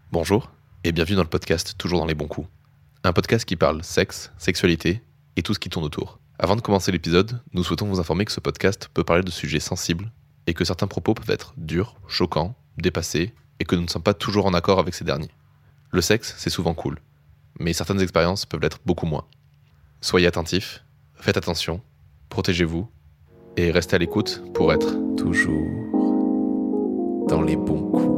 Bonjour et bienvenue dans le podcast Toujours dans les bons coups. Un podcast qui parle sexe, sexualité et tout ce qui tourne autour. Avant de commencer l'épisode, nous souhaitons vous informer que ce podcast peut parler de sujets sensibles et que certains propos peuvent être durs, choquants, dépassés et que nous ne sommes pas toujours en accord avec ces derniers. Le sexe, c'est souvent cool, mais certaines expériences peuvent l'être beaucoup moins. Soyez attentifs, faites attention, protégez-vous et restez à l'écoute pour être toujours dans les bons coups.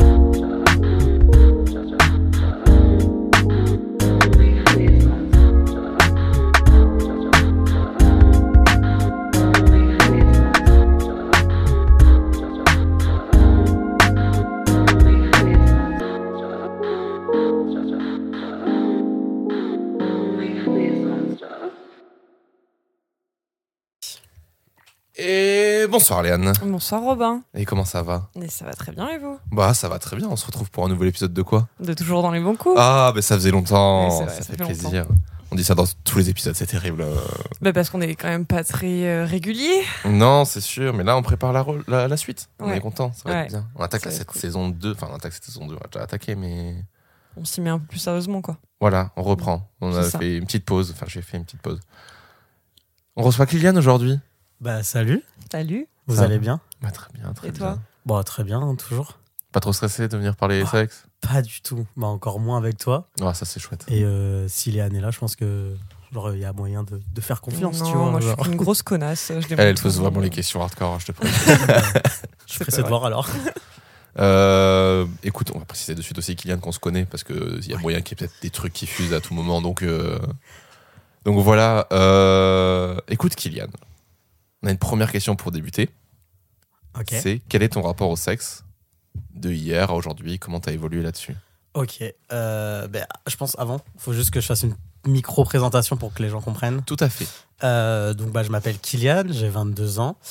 Et bonsoir Léane. Bonsoir Robin. Et comment ça va ? Et ça va très bien et vous ? Bah ça va très bien, on se retrouve pour un nouvel épisode de quoi ? De toujours dans les bons coups. Ah bah ça faisait longtemps, Oui, c'est vrai, ça fait longtemps. plaisir. On dit ça dans tous les épisodes, c'est terrible. Bah parce qu'on est quand même pas très régulier. Non c'est sûr, mais là on prépare la suite. On Ouais. est content, ça va Ouais. être bien. On attaque Ça va cette être cool. saison 2, enfin on attaque cette saison 2, on a déjà attaqué mais... On s'y met un peu plus sérieusement quoi. Voilà, on reprend. On a C'est ça. fait une petite pause, enfin j'ai fait une petite pause. On reçoit Kylian aujourd'hui ? Bah salut, Salut. vous Ça allez va. bien? Bah très bien, très Et bien. toi ? Bon, très bien, toujours. Pas trop stressé de venir parler Ah. sexe ? Pas du tout, bah encore moins avec toi. Ah ça c'est chouette. Et si Léane est là, je pense que genre il y a moyen de faire confiance, non, tu vois. moi je genre. suis une grosse connasse. Je Elle pose vraiment les questions hardcore, je te promets. Je suis pressé de pas voir alors. Écoute, on va préciser de suite aussi Kylian qu'on se connaît parce qu'il y a Ouais. moyen qu'il y ait peut-être des trucs qui fusent à tout moment. Donc voilà. Écoute Kylian, on a une première question pour débuter. Ok. C'est quel est ton rapport au sexe de hier à aujourd'hui ? Comment t'as évolué là-dessus ? Ok. Ben, je pense avant, faut juste que je fasse une micro-présentation pour que les gens comprennent. Tout à fait. Donc bah, je m'appelle Kylian, j'ai 22 ans.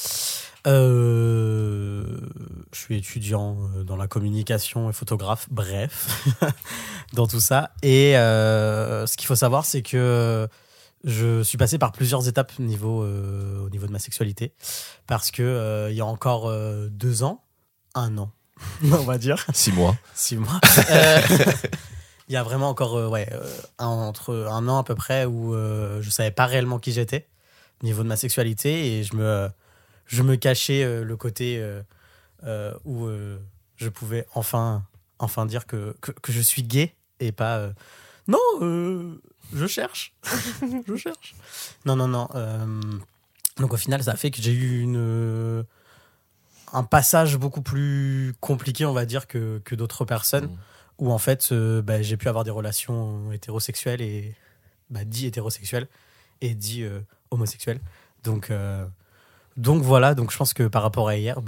Je suis étudiant dans la communication et photographe, bref, dans tout ça. Et ce qu'il faut savoir, c'est que je suis passé par plusieurs étapes au niveau de ma sexualité. Parce que il y a encore 2 ans, 1 an, on va dire, 6 mois. 6 mois. Il y a vraiment encore entre 1 an à peu près où je savais pas réellement qui j'étais au niveau de ma sexualité et je me cachais le côté où je pouvais enfin dire que je suis gay et pas non je cherche je cherche non donc au final ça a fait que j'ai eu un passage beaucoup plus compliqué on va dire que d'autres personnes où en fait j'ai pu avoir des relations hétérosexuelles et dit hétérosexuelles et dit homosexuelles donc voilà, donc je pense que par rapport à hier,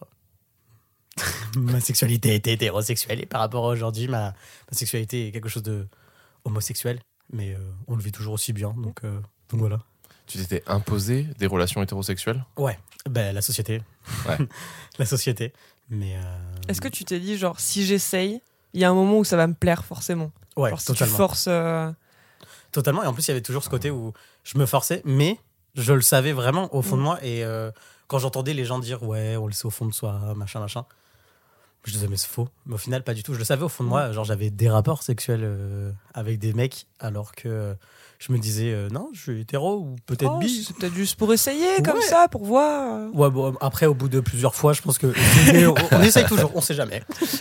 ma sexualité était hétérosexuelle et par rapport à aujourd'hui, ma sexualité est quelque chose de homosexuel, mais on le vit toujours aussi bien, donc voilà. Tu t'étais imposé des relations hétérosexuelles ? Ouais, la société. Ouais. La société, mais... Est-ce que tu t'es dit genre si j'essaye, il y a un moment où ça va me plaire forcément. Ouais, Genre si totalement. tu forces. Totalement, et en plus il y avait toujours ce côté où je me forçais, mais je le savais vraiment au fond de moi, et quand j'entendais les gens dire ouais, on le sait au fond de soi, machin, je disais mais c'est faux, mais au final pas du tout, je le savais au fond de moi, genre j'avais des rapports sexuels avec des mecs, alors que je me disais non, je suis hétéro, ou peut-être Oh, bi. c'est peut-être juste pour essayer comme Ouais. ça, pour voir. Ouais, bon, après au bout de plusieurs fois, je pense que on essaye toujours, on sait jamais.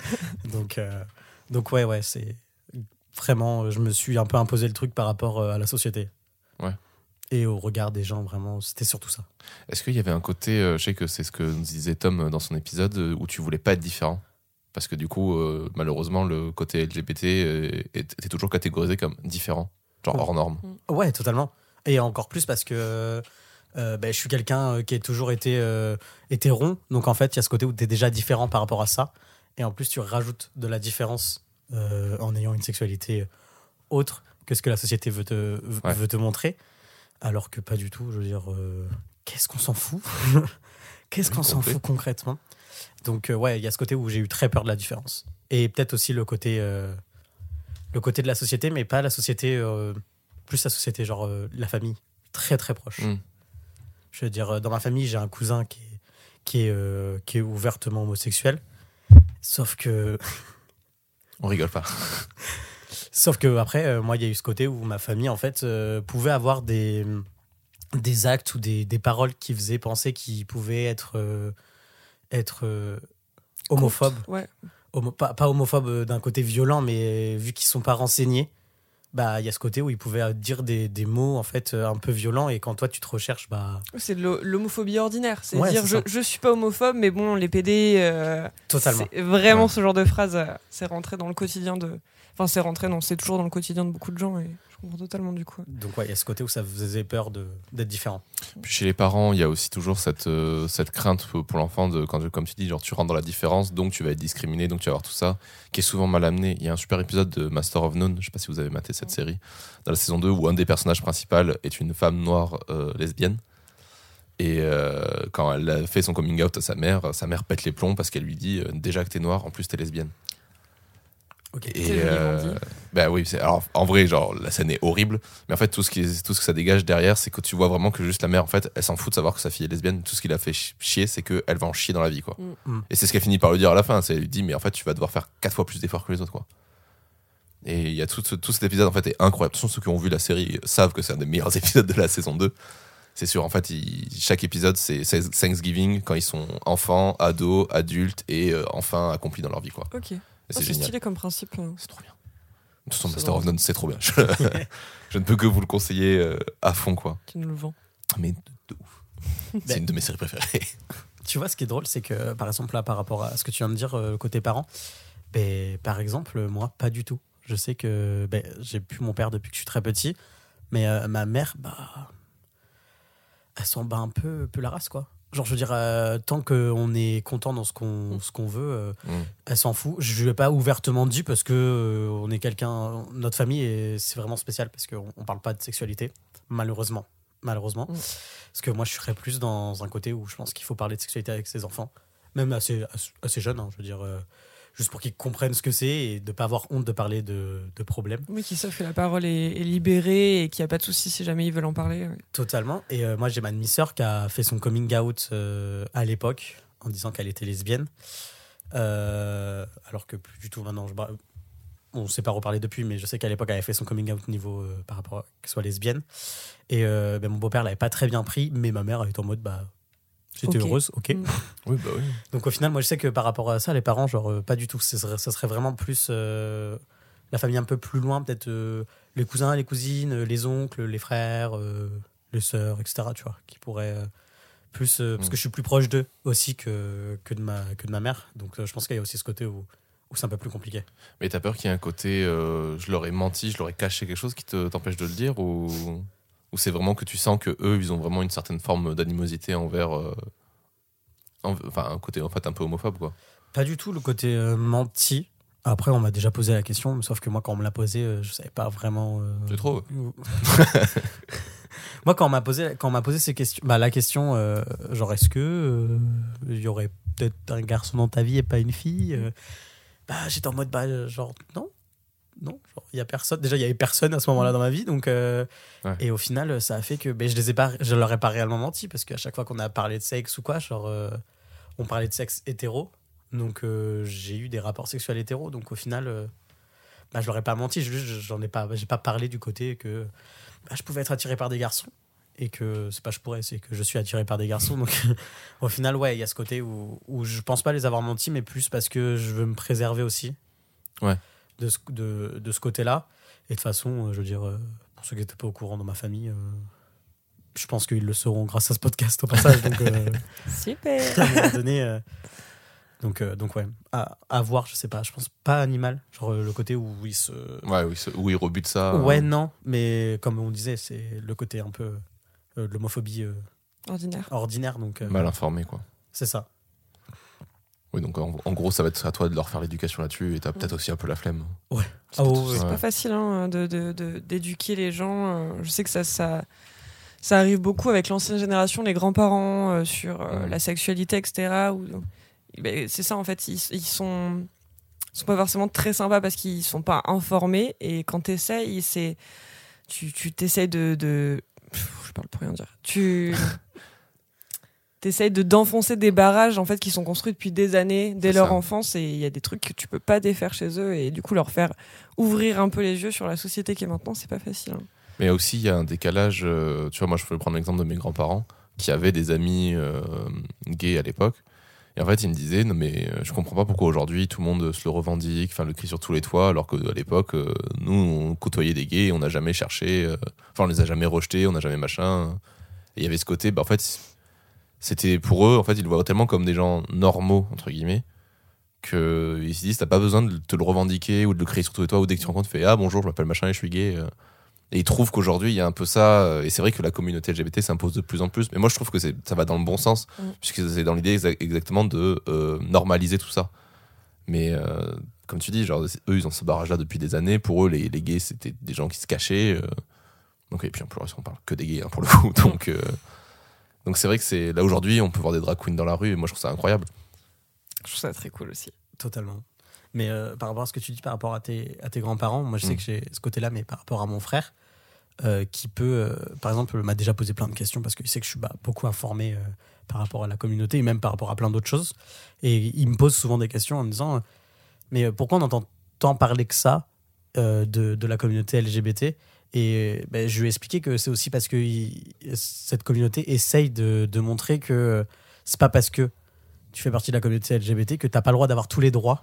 Donc ouais, c'est vraiment, je me suis un peu imposé le truc par rapport à la société. Ouais. Et au regard des gens, vraiment, c'était surtout ça. Est-ce qu'il y avait un côté, je sais que c'est ce que nous disait Tom dans son épisode, où tu voulais pas être différent ? Parce que du coup, malheureusement, le côté LGBT était toujours catégorisé comme différent, genre hors norme. Ouais, totalement. Et encore plus parce que je suis quelqu'un qui a toujours été hétéron. Donc en fait, il y a ce côté où tu es déjà différent par rapport à ça. Et en plus, tu rajoutes de la différence en ayant une sexualité autre que ce que la société veut te montrer. Alors que pas du tout. Je veux dire, qu'est-ce qu'on s'en fout ? Qu'est-ce qu'on s'en fout concrètement ? Donc ouais, il y a ce côté où j'ai eu très peur de la différence. Et peut-être aussi le côté de la société, mais pas la société, plus la société, genre la famille, très très proche. Je veux dire, dans ma famille, j'ai un cousin qui est ouvertement homosexuel, sauf que On rigole pas. Sauf que après, moi, il y a eu ce côté où ma famille, en fait, pouvait avoir des actes ou des paroles qui faisaient penser qu'ils pouvaient être homophobes. Ouais. Pas homophobes d'un côté violent, mais vu qu'ils sont pas renseignés, bah il y a ce côté où ils pouvaient dire des mots en fait un peu violents, et quand toi tu te recherches, bah C'est de l'homophobie ordinaire. C'est Ouais, dire c'est ça. je suis pas homophobe, mais bon, les PD. Totalement. C'est vraiment Ouais. ce genre de phrase, c'est rentré dans le quotidien de. Enfin, c'est rentré, non, c'est toujours dans le quotidien de beaucoup de gens, et je comprends totalement du coup. Donc ouais, il y a ce côté où ça faisait peur d'être différent. Puis chez les parents, il y a aussi toujours cette crainte pour l'enfant de quand, comme tu dis, genre tu rentres dans la différence, donc tu vas être discriminé, donc tu vas avoir tout ça, qui est souvent mal amené. Il y a un super épisode de Master of None, je sais pas si vous avez maté cette série, dans la saison 2, où un des personnages principaux est une femme noire lesbienne. Et quand elle a fait son coming out à sa mère pète les plombs parce qu'elle lui dit déjà que t'es noire, en plus t'es lesbienne. Ok. Et C'est joliment dit. bah oui, alors en vrai, genre la scène est horrible, mais en fait tout ce que ça dégage derrière, c'est que tu vois vraiment que juste la mère, en fait, elle s'en fout de savoir que sa fille est lesbienne. Tout ce qui l'a fait chier, c'est qu'elle va en chier dans la vie, quoi. Mm. Et c'est ce qu'elle finit par lui dire à la fin. Elle lui dit, mais en fait, tu vas devoir faire 4 fois plus d'efforts que les autres, quoi. Et il y a tout cet épisode, en fait, est incroyable. De toute façon, ceux qui ont vu la série savent que c'est un des meilleurs épisodes de la saison 2. C'est sûr, en fait, chaque épisode, c'est Thanksgiving quand ils sont enfants, ados, adultes et enfin accomplis dans leur vie, quoi. Ok. Et C'est c'est génial. stylé comme principe. C'est trop bien. De toute façon, C'est Master of drôle. None, c'est trop bien. Je ne peux que vous le conseiller à fond, quoi. Tu nous le vends. Mais de ouf. C'est une de mes séries préférées. Tu vois, ce qui est drôle, c'est que par exemple là, par rapport à ce que tu viens de dire côté parents, ben, par exemple moi, pas du tout. Je sais que j'ai plus mon père depuis que je suis très petit, mais ma mère, bah, elle s'en bat un peu la race, quoi. Genre, je veux dire, tant qu'on est content dans ce qu'on veut, elle s'en fout. Je lui ai pas ouvertement dit parce que on est quelqu'un, notre famille, et c'est vraiment spécial parce qu'on parle pas de sexualité, malheureusement. Parce que moi, je serais plus dans un côté où je pense qu'il faut parler de sexualité avec ses enfants, même assez jeunes, hein, je veux dire, juste pour qu'ils comprennent ce que c'est et de pas avoir honte de parler de problèmes. Oui, qui savent que la parole est libérée et qu'il n'y a pas de souci si jamais ils veulent en parler. Ouais. Totalement. Et moi, j'ai ma demi-sœur qui a fait son coming out à l'époque en disant qu'elle était lesbienne. Alors que plus du tout maintenant. On ne s'est pas reparlé depuis, mais je sais qu'à l'époque, elle avait fait son coming out niveau par rapport à qu'elle soit lesbienne. Et mon beau-père l'avait pas très bien pris, mais ma mère était en mode j'étais heureuse, ok. Oui, bah oui. Donc au final, moi je sais que par rapport à ça, les parents, genre pas du tout. Ça serait vraiment plus la famille un peu plus loin, peut-être les cousins, les cousines, les oncles, les frères, les sœurs, etc. Tu vois, qui pourraient plus parce que je suis plus proche d'eux aussi que de ma mère. Donc je pense qu'il y a aussi ce côté où c'est un peu plus compliqué. Mais t'as peur qu'il y ait un côté je leur ai menti, je leur ai caché quelque chose qui t'empêche de le dire, ou c'est vraiment que tu sens que eux ils ont vraiment une certaine forme d'animosité envers enfin un côté en fait un peu homophobe, quoi. Pas du tout le côté menti. Après, on m'a déjà posé la question, sauf que moi, quand on me l'a posé, je savais pas vraiment. C'est trop. Moi, quand on m'a posé ces questions, la question, genre, est-ce que il y aurait peut-être un garçon dans ta vie et pas une fille j'étais en mode, genre, non, genre, il y a personne. Déjà, il y avait personne à ce moment-là dans ma vie, donc. Et au final, ça a fait que je leur ai pas réellement menti, parce qu'à chaque fois qu'on a parlé de sexe ou quoi, genre, on parlait de sexe hétéro. Donc j'ai eu des rapports sexuels hétéros, donc au final je leur ai pas menti, j'ai pas parlé du côté que je pouvais être attiré par des garçons, et que c'est pas c'est que je suis attiré par des garçons. Donc au final, ouais, il y a ce côté où je pense pas les avoir menti, mais plus parce que je veux me préserver aussi, ouais, de ce côté-là. Et de toute façon, je veux dire, pour ceux qui n'étaient pas au courant dans ma famille, je pense qu'ils le sauront grâce à ce podcast au passage. Donc Super. à un moment donné donc ouais, à voir, je sais pas, je pense pas animal, genre le côté où où ils rebutent ça. ouais, non, mais comme on disait, c'est le côté un peu de l'homophobie Ordinaire. donc Mal informé, quoi. c'est ça. Oui, donc en gros, ça va être à toi de leur faire l'éducation là-dessus, et t'as peut-être aussi un peu la flemme. Ouais. C'est ouais. pas facile d'éduquer les gens. Je sais que ça arrive beaucoup avec l'ancienne génération, les grands-parents, sur la sexualité, etc. C'est ça, en fait, ils sont pas forcément très sympas parce qu'ils sont pas informés, et quand t'essayes, tu t'essayes de je parle pour rien dire. t'essayes d'enfoncer des barrages en fait qui sont construits depuis des années dès leur enfance, et il y a des trucs que tu peux pas défaire chez eux, et du coup leur faire ouvrir un peu les yeux sur la société qui est maintenant, c'est pas facile. Hein. Mais aussi il y a un décalage. Tu vois, moi je peux prendre l'exemple de mes grands-parents qui avaient des amis gays à l'époque. Et en fait, ils me disaient, non mais je comprends pas pourquoi aujourd'hui tout le monde se le revendique, le crie sur tous les toits, alors qu'à l'époque, nous, on côtoyait des gays, on n'a jamais cherché, on les a jamais rejetés, on n'a jamais machin. Et il y avait ce côté, en fait, c'était pour eux, en fait, ils le voient tellement comme des gens normaux, entre guillemets, qu'ils se disent, t'as pas besoin de te le revendiquer ou de le crier sur tous les toits, ou dès que tu rencontres, tu fais, ah bonjour, je m'appelle machin et je suis gay. Et ils trouvent qu'aujourd'hui, il y a un peu ça, et c'est vrai que la communauté LGBT s'impose de plus en plus, mais moi je trouve que ça va dans le bon sens, puisque c'est dans l'idée exactement de normaliser tout ça. Mais comme tu dis, genre, eux, ils ont ce barrage-là depuis des années, pour eux, les gays, c'était des gens qui se cachaient, donc, et puis en plus, on parle que des gays, pour le coup, donc c'est vrai que c'est là aujourd'hui, on peut voir des drag queens dans la rue, et moi je trouve ça incroyable. Je trouve ça très cool aussi. Totalement. Mais par rapport à ce que tu dis par rapport à tes grands-parents, moi je sais que j'ai ce côté-là, mais par rapport à mon frère, qui peut, par exemple, m'a déjà posé plein de questions parce qu'il sait que je suis beaucoup informé par rapport à la communauté et même par rapport à plein d'autres choses. Et il me pose souvent des questions en me disant mais pourquoi on entend tant parler que ça de la communauté LGBT? Et je lui ai expliqué que c'est aussi parce que cette communauté essaye de montrer que c'est pas parce que tu fais partie de la communauté LGBT que t'as pas le droit d'avoir tous les droits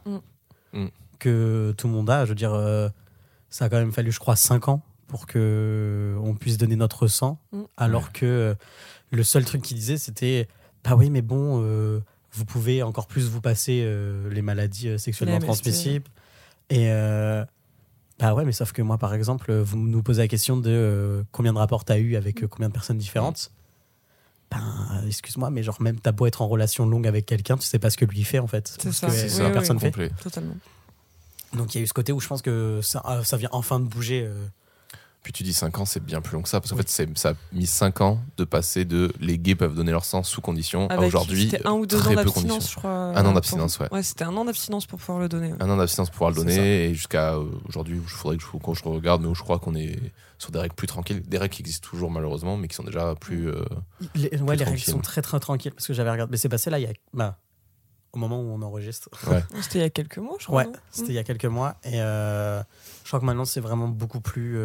que tout le monde a. Je veux dire, ça a quand même fallu, je crois, 5 ans pour qu'on puisse donner notre sang, alors que le seul truc qu'il disait, c'était bah oui, mais bon, vous pouvez encore plus vous passer les maladies sexuellement transmissibles. Et bah ouais, mais sauf que moi, par exemple, vous nous posez la question de combien de rapports t'as eu avec combien de personnes différentes. Excuse-moi, mais genre même t'as beau être en relation longue avec quelqu'un, tu sais pas ce que lui il fait en fait. C'est ça, que la personne fait. Totalement. Donc il y a eu ce côté où je pense que ça vient enfin de bouger. Puis tu dis 5 ans, c'est bien plus long que ça, parce qu'en fait, ça a mis 5 ans de passer de les gays peuvent donner leur sang sous condition à aujourd'hui. C'était 1 ou 2 ans d'abstinence, je crois. 1 an d'abstinence, ouais. Ouais, c'était 1 an d'abstinence pour pouvoir le donner. Ouais. 1 an d'abstinence pour pouvoir le donner, et jusqu'à aujourd'hui, il faudrait que je regarde, mais où je crois qu'on est sur des règles plus tranquilles. Des règles qui existent toujours, malheureusement, mais qui sont déjà plus. Les règles sont très très tranquilles, parce que j'avais regardé. Mais c'est passé là, au moment où on enregistre. Ouais. C'était il y a quelques mois, je crois. Ouais, c'était il y a quelques mois. Et je crois que maintenant, c'est vraiment beaucoup plus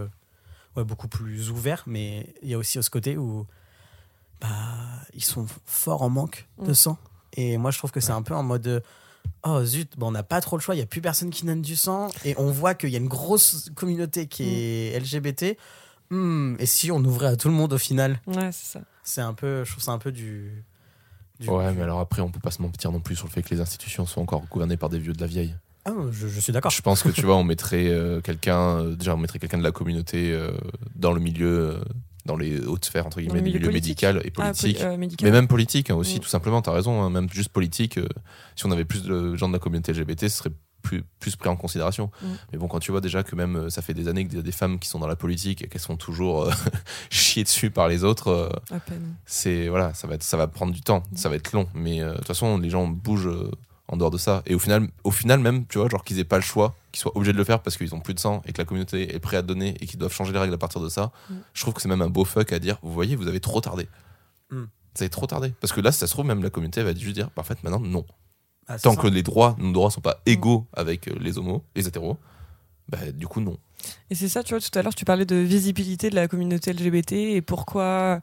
ouvert, mais il y a aussi ce côté où ils sont forts en manque de sang. Et moi, je trouve que c'est un peu en mode oh zut, on n'a pas trop le choix, il n'y a plus personne qui donne du sang, et on voit qu'il y a une grosse communauté qui est LGBT. Et si on ouvrait à tout le monde au final? Ouais, c'est ça. C'est un peu, je trouve ça un peu du mais alors après, on peut pas se mentir non plus sur le fait que les institutions sont encore gouvernées par des vieux de la vieille. Ah, je suis d'accord. Je pense que tu vois, on mettrait quelqu'un de la communauté dans le milieu, dans les hautes sphères, entre guillemets, du milieu médical et politique. Mais même politique aussi, tout simplement, t'as raison, hein, même juste politique. Si on avait plus de gens de la communauté LGBT, ce serait plus pris en considération. Mais bon, quand tu vois déjà que même ça fait des années qu'il y a des femmes qui sont dans la politique et qu'elles sont toujours chiées dessus par les autres, à peine. Ça va prendre du temps, ça va être long. Mais de toute façon, les gens bougent en dehors de ça. Et au final même, tu vois, genre qu'ils aient pas le choix, qu'ils soient obligés de le faire parce qu'ils ont plus de sang et que la communauté est prête à donner et qu'ils doivent changer les règles à partir de ça. Je trouve que c'est même un beau fuck à dire, vous voyez, vous avez trop tardé. Vous avez trop tardé. Parce que là, si ça se trouve, même la communauté va juste dire, en fait, maintenant, non. Tant que nos droits sont pas égaux avec les homos, les hétéros, du coup, non. Et c'est ça, tu vois, tout à l'heure, tu parlais de visibilité de la communauté LGBT et pourquoi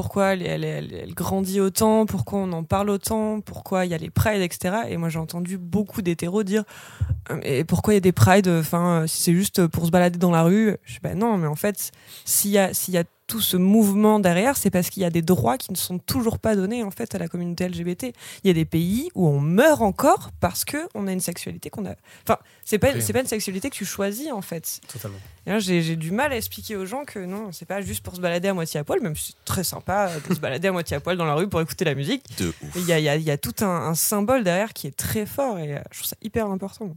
elle grandit autant, pourquoi on en parle autant, pourquoi il y a les prides, etc. Et moi, j'ai entendu beaucoup d'hétéros dire et pourquoi il y a des prides, si c'est juste pour se balader dans la rue. Je dis, non, mais en fait, s'il y a tout ce mouvement derrière, c'est parce qu'il y a des droits qui ne sont toujours pas donnés en fait à la communauté LGBT. Il y a des pays où on meurt encore parce que on a une sexualité qu'on a. Enfin, c'est pas une sexualité que tu choisis en fait. Totalement. Et là, j'ai du mal à expliquer aux gens que non, c'est pas juste pour se balader à moitié à poil, même si c'est très sympa de se balader à moitié à poil dans la rue pour écouter la musique. Il y a tout un symbole derrière qui est très fort et je trouve ça hyper important.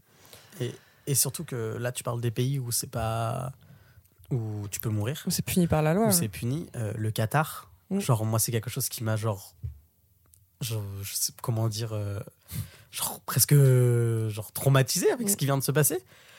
Et surtout que là, tu parles des pays où c'est pas. Où tu peux mourir. Où c'est puni par la loi. Où c'est puni. Le Qatar, genre, moi, c'est quelque chose qui m'a, je sais comment dire, presque traumatisé avec ce qui vient de se passer.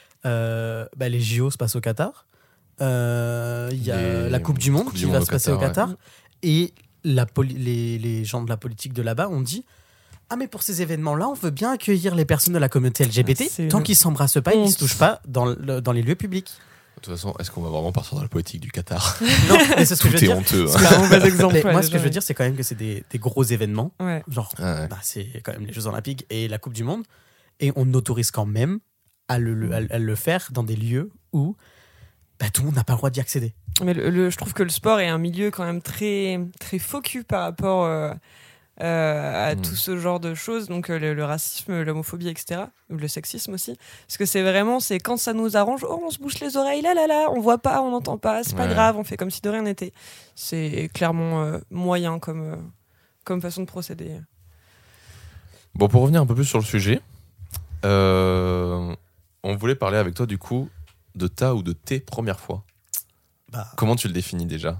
Les JO se passent au Qatar. Il y a la Coupe du Monde qui va se passer au Qatar. Et les gens de la politique de là-bas ont dit « Ah, mais pour ces événements-là, on veut bien accueillir les personnes de la communauté LGBT tant qu'ils ne s'embrassent pas et qu'ils ne se touchent pas dans les lieux publics. » De toute façon, est-ce qu'on va vraiment partir dans la politique du Qatar? Non, mais c'est ce que je veux dire. Honteux. C'est un mauvais exemple. Moi, ce que je veux dire, c'est quand même que c'est des gros événements. Ouais. Genre, Ouais. c'est quand même les Jeux Olympiques et la Coupe du Monde. Et on autorise quand même à le faire dans des lieux où tout le monde n'a pas le droit d'y accéder. Mais je trouve que le sport est un milieu quand même très, très focus par rapport à tout ce genre de choses, donc le racisme, l'homophobie, etc., ou le sexisme aussi. Parce que c'est quand ça nous arrange, on se bouche les oreilles, là, on voit pas, on n'entend pas, c'est pas grave, on fait comme si de rien n'était. C'est clairement moyen comme façon de procéder. Bon, pour revenir un peu plus sur le sujet, on voulait parler avec toi du coup de ta ou de tes premières fois. Comment tu le définis déjà?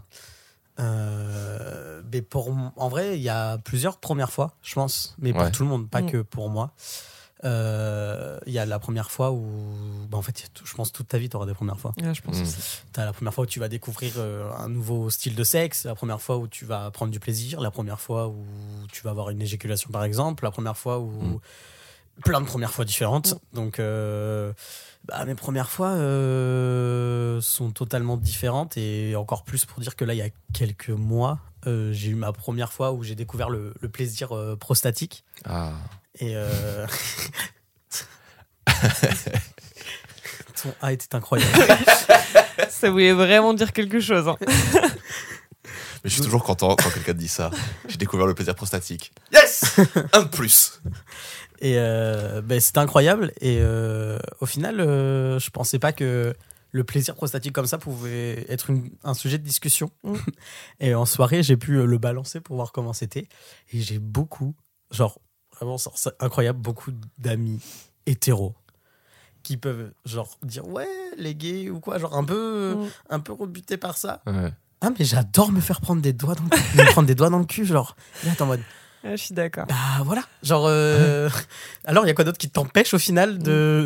Mais en vrai, il y a plusieurs premières fois, je pense, mais pour tout le monde, pas que pour moi. Il y a la première fois où, en fait, je pense toute ta vie, tu auras des premières fois. Ouais, je pense aussi. Tu as la première fois où tu vas découvrir un nouveau style de sexe, la première fois où tu vas prendre du plaisir, la première fois où tu vas avoir une éjaculation, par exemple, la première fois où. Plein de premières fois différentes. Donc, mes premières fois sont totalement différentes et encore plus pour dire que là, il y a quelques mois, j'ai eu ma première fois où j'ai découvert le plaisir prostatique. Ah. Et ton A était incroyable. Ça voulait vraiment dire quelque chose. Hein. Mais je suis toujours content quand quelqu'un te dit ça. J'ai découvert le plaisir prostatique. Yes. Un de plus. Et c'était incroyable. Et au final, je pensais pas que le plaisir prostatique comme ça pouvait être un sujet de discussion. Et en soirée, j'ai pu le balancer pour voir comment c'était. Et j'ai vraiment, c'est incroyable, beaucoup d'amis hétéros qui peuvent dire ouais, les gays ou quoi, un peu rebutés par ça. Ouais. Ah, mais j'adore me faire prendre des doigts dans le cul. Me prendre des doigts dans le cul, là, t'es en mode. Je suis d'accord. Voilà. Alors, il y a quoi d'autre qui t'empêche au final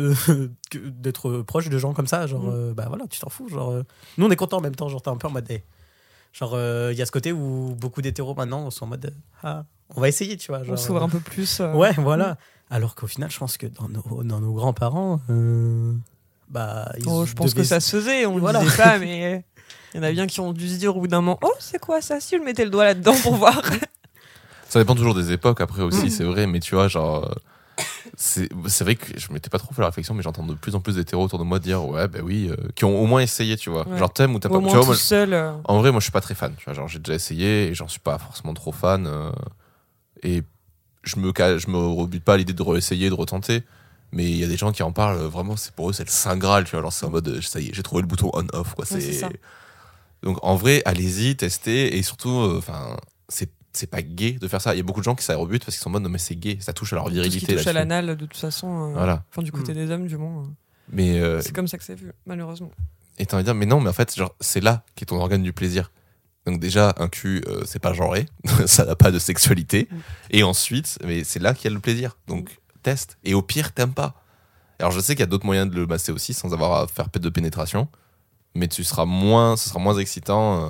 d'être proche de gens comme ça? Voilà, tu t'en fous. Nous, on est contents en même temps. T'es un peu en mode. Il y a ce côté où beaucoup d'hétéros maintenant sont en mode. On va essayer, tu vois. On s'ouvre un peu plus. Ouais, voilà. Alors qu'au final, je pense que dans nos grands-parents. je pense que ça se faisait. On le disait pas, mais. Il y en a bien qui ont dû se dire au bout d'un moment, oh, c'est quoi ça? Si je mettais le doigt là-dedans pour voir. Ça dépend toujours des époques après aussi, c'est vrai, mais tu vois, c'est vrai que je m'étais pas trop fait la réflexion, mais j'entends de plus en plus d'hétéros autour de moi dire qui ont au moins essayé, tu vois. Ouais. T'aimes ou t'as pas. Au moins tu vois, tout seul. En vrai, moi je suis pas très fan, tu vois, j'ai déjà essayé et j'en suis pas forcément trop fan. Et je me rebute pas à l'idée de réessayer, de retenter. Mais il y a des gens qui en parlent, vraiment, pour eux, c'est le Saint Graal, tu vois. C'est en mode, ça y est, j'ai trouvé le bouton on-off, quoi. Ouais, c'est ça. Donc en vrai, allez-y, testez, et surtout, c'est pas gay de faire ça. Il y a beaucoup de gens qui ça rebute parce qu'ils sont en mode non mais c'est gay, ça touche à leur virilité. Tout ce qui touche à l'anal de toute façon. Voilà. Enfin du côté des hommes du moins. Mais c'est comme ça que c'est vu malheureusement. Et t'as envie de dire mais non mais en fait c'est là qu'est ton organe du plaisir. Donc déjà un cul c'est pas genré, ça n'a pas de sexualité. Et ensuite mais c'est là qu'il y a le plaisir. Donc teste. Et au pire t'aimes pas. Alors je sais qu'il y a d'autres moyens de le masser aussi sans avoir à faire de pénétration. Mais ce sera moins excitant.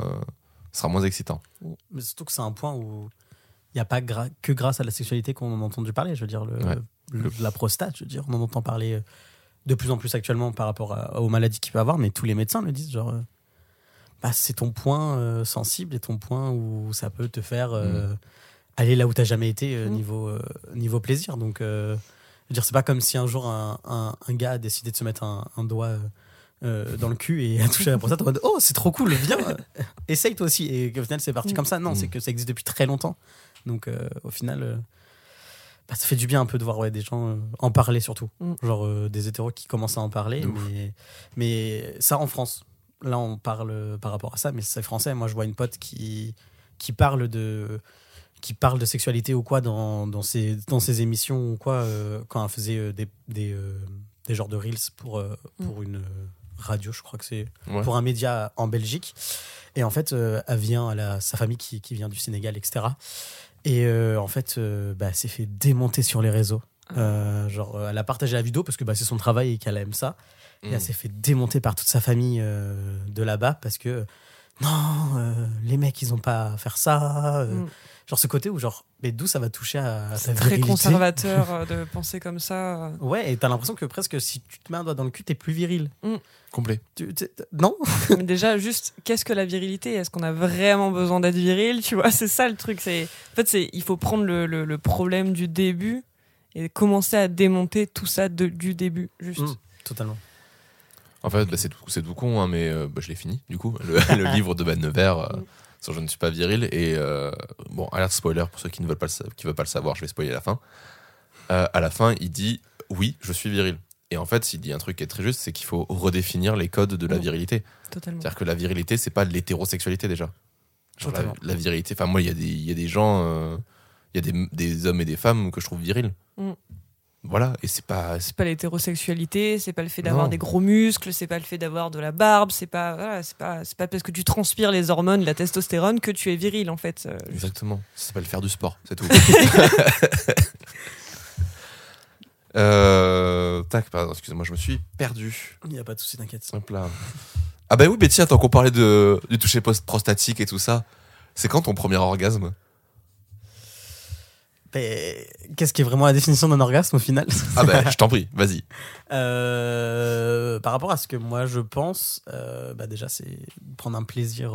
Mais surtout que c'est un point où il n'y a pas que grâce à la sexualité qu'on en a entendu parler. Je veux dire, la prostate, je veux dire, on en entend parler de plus en plus actuellement par rapport aux maladies qu'il peut avoir, mais tous les médecins le disent, c'est ton point sensible et ton point où ça peut te faire aller là où tu n'as jamais été niveau plaisir. Donc, je veux dire, c'est pas comme si un jour un gars a décidé de se mettre un doigt dans le cul et a touché la prostate en mode oh c'est trop cool, viens essaye toi aussi, et qu'au final c'est parti comme ça. Non, c'est que ça existe depuis très longtemps, donc au final ça fait du bien un peu de voir des gens en parler, surtout des hétéros qui commencent à en parler. Mais ça en France, là on parle par rapport à ça, mais c'est français. Moi je vois une pote qui parle de sexualité ou quoi dans ses émissions ou quoi, quand elle faisait des genres de reels pour une radio, je crois que c'est pour un média en Belgique. Et en fait, elle a sa famille qui vient du Sénégal, etc. Et en fait, elle s'est fait démonter sur les réseaux. Elle a partagé la vidéo parce que c'est son travail et qu'elle aime ça. Et elle s'est fait démonter par toute sa famille de là-bas parce que non, les mecs, ils ont pas à faire ça. Genre ce côté où, genre, mais d'où ça va toucher à ta Très virilité. conservateur de penser comme ça. Ouais, et t'as l'impression que presque si tu te mets un doigt dans le cul, t'es plus viril. Complet. Non. Mais déjà, juste, qu'est-ce que la virilité? Est-ce qu'on a vraiment besoin d'être viril? Tu vois, c'est ça le truc. En fait, il faut prendre le problème du début et commencer à démonter tout ça du début. Juste. Totalement. En fait, c'est tout con, hein, mais je l'ai fini, du coup. Le livre de Ben Nevers, sur Je ne suis pas viril. Et bon, alerte spoiler pour ceux qui ne veulent pas le savoir, je vais spoiler à la fin. À la fin, il dit « Oui, je suis viril ». Et en fait, il dit un truc qui est très juste, c'est qu'il faut redéfinir les codes de la virilité. Totalement. C'est-à-dire que la virilité, c'est pas l'hétérosexualité déjà. Genre Totalement. la virilité, enfin moi, il y a des gens, il y a des hommes et des femmes que je trouve virils. Voilà, et c'est pas l'hétérosexualité, c'est pas le fait d'avoir Non. des gros muscles, c'est pas le fait d'avoir de la barbe, c'est pas parce que tu transpires les hormones, la testostérone que tu es viril en fait. Exactement. Ça s'appelle faire du sport, c'est tout. Pardon, excusez-moi, je me suis perdu. Il n'y a pas de souci, t'inquiète. Hop là. Ah bah oui, mais tiens, tant qu'on parlait du toucher prostatique et tout ça, c'est quand ton premier orgasme? Mais qu'est-ce qui est vraiment la définition d'un orgasme au final? Ah bah je t'en prie, vas-y. Par rapport à ce que moi je pense, déjà c'est prendre un plaisir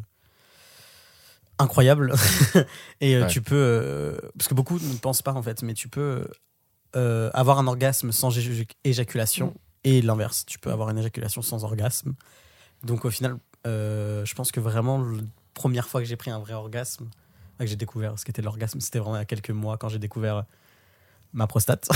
incroyable. Et Ouais. tu peux... parce que beaucoup ne pensent pas en fait, mais tu peux avoir un orgasme sans éjaculation et l'inverse. Tu peux avoir une éjaculation sans orgasme. Donc au final, je pense que vraiment, la première fois que j'ai pris un vrai orgasme, que j'ai découvert ce qu'était l'orgasme, c'était vraiment il y a quelques mois quand j'ai découvert ma prostate.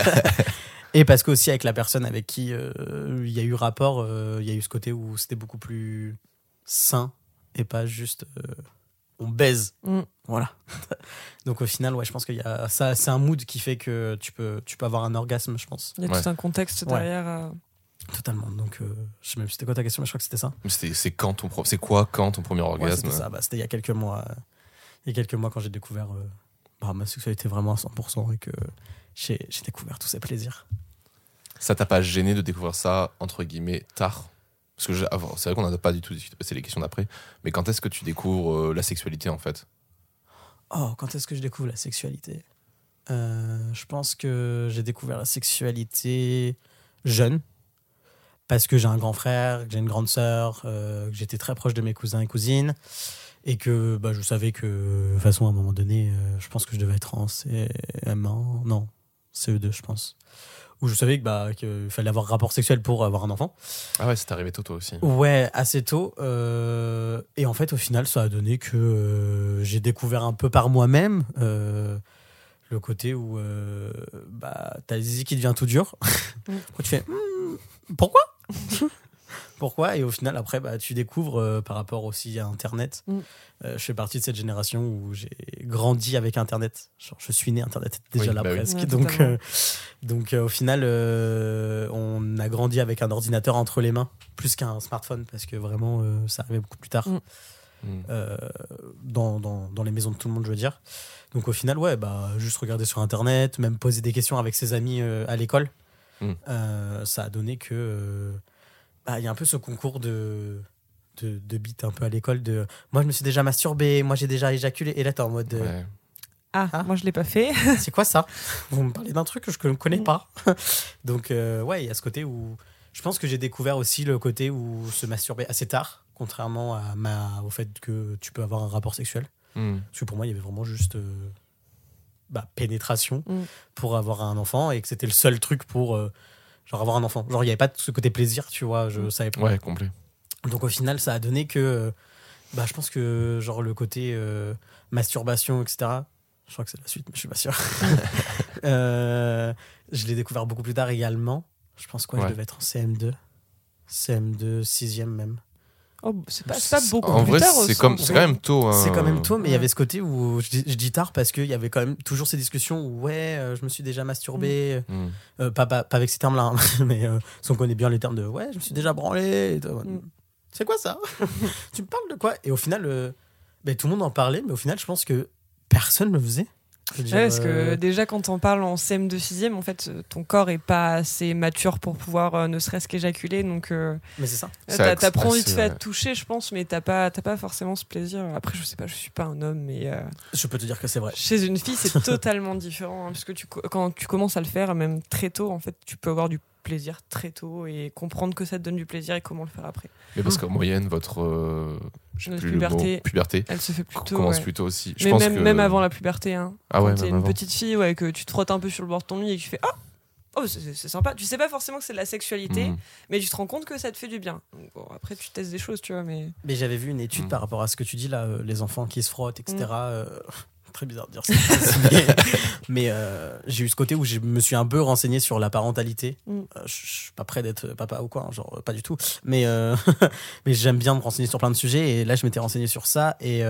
Et parce que aussi avec la personne avec qui il y a eu rapport, il y a eu ce côté où c'était beaucoup plus sain et pas juste on baise. Voilà. Donc au final, ouais, je pense qu'il y a ça, c'est un mood qui fait que tu peux avoir un orgasme, je pense. Il y a tout un contexte derrière. Totalement. Donc je sais même plus c'était quoi ta question, mais je crois que c'était ça. C'est quand ton premier orgasme? C'était ça. C'était il y a quelques mois. Il y a quelques mois quand j'ai découvert ma sexualité vraiment à 100% et que j'ai découvert tous ces plaisirs. Ça t'a pas gêné de découvrir ça, entre guillemets, tard? Parce que c'est vrai qu'on n'a pas du tout discuté, c'est les questions d'après, mais quand est-ce que tu découvres la sexualité en fait? Oh, quand est-ce que je découvre la sexualité? Je pense que j'ai découvert la sexualité jeune, parce que j'ai un grand frère, que j'ai une grande sœur, que j'étais très proche de mes cousins et cousines, et que je savais que, de toute façon, à un moment donné, je pense que je devais être en CM1, non, CE2, je pense. Où je savais qu'il fallait avoir rapport sexuel pour avoir un enfant. Ah ouais, c'est arrivé tôt toi aussi. Ouais, assez tôt. Et en fait, au final, ça a donné que j'ai découvert un peu par moi-même le côté où t'as le zizi qui devient tout dur. Tu fais pourquoi? Pourquoi? Et au final, après, tu découvres par rapport aussi à Internet. Je fais partie de cette génération où j'ai grandi avec Internet. Genre, je suis né Internet déjà presque. Ouais, donc au final, on a grandi avec un ordinateur entre les mains, plus qu'un smartphone, parce que vraiment, ça arrivait beaucoup plus tard. Dans les maisons de tout le monde, je veux dire. Donc au final, juste regarder sur Internet, même poser des questions avec ses amis à l'école. Ça a donné que... il y a un peu ce concours de beats un peu à l'école de moi je me suis déjà masturbé, moi j'ai déjà éjaculé, et là t'es en mode moi je l'ai pas fait. c'est quoi ça? Vous me parlez d'un truc que je ne connais pas. Donc il y a ce côté où je pense que j'ai découvert aussi le côté où se masturber assez tard, contrairement au fait que tu peux avoir un rapport sexuel. Parce que pour moi il y avait vraiment juste pénétration pour avoir un enfant, et que c'était le seul truc pour genre avoir un enfant. Genre il n'y avait pas ce côté plaisir, tu vois, je savais pas. Ouais, complet. Donc au final, ça a donné que je pense que genre le côté masturbation, etc. Je crois que c'est la suite, mais je suis pas sûr. Je l'ai découvert beaucoup plus tard également. Je pense je devais être en CM2, 6e même. Oh, c'est pas beaucoup en plus vrai, tard. c'est quand même tôt. Hein. C'est quand même tôt, mais il y avait ce côté où je dis tard parce qu'il y avait quand même toujours ces discussions où je me suis déjà masturbé. Pas avec ces termes-là, hein, mais si on connaît bien les termes de je me suis déjà branlé. Et c'est quoi ça? Tu me parles de quoi? Et au final, tout le monde en parlait, mais au final, je pense que personne ne le faisait. Je veux dire, parce que déjà, quand on parle en CM2 6e, en fait, ton corps est pas assez mature pour pouvoir ne serait-ce qu'éjaculer. Donc, mais c'est ça. T'apprends vite fait à te toucher, je pense, mais t'as pas forcément ce plaisir. Après, je sais pas, je suis pas un homme, mais Je peux te dire que c'est vrai. chez une fille, c'est totalement différent. Parce que quand tu commences à le faire, même très tôt, en fait, tu peux avoir du plaisir très tôt et comprendre que ça te donne du plaisir et comment le faire après. Mais parce qu'en moyenne, votre Notre puberté elle se fait plus tôt. commence Ouais. plus tôt aussi. Mais même avant la puberté. Hein. Ah ouais, quand t'es même une avant. petite fille, ouais, que tu te frottes un peu sur le bord de ton lit et que tu fais oh c'est sympa. Tu sais pas forcément que c'est de la sexualité, mais tu te rends compte que ça te fait du bien. Donc, bon, après, tu testes des choses, tu vois. Mais j'avais vu une étude par rapport à ce que tu dis là, les enfants qui se frottent, etc. Très bizarre de dire ça. mais j'ai eu ce côté où je me suis un peu renseigné sur la parentalité. Je suis pas prêt d'être papa ou quoi, hein, genre pas du tout. Mais j'aime bien me renseigner sur plein de sujets. Et là, je m'étais renseigné sur ça. Et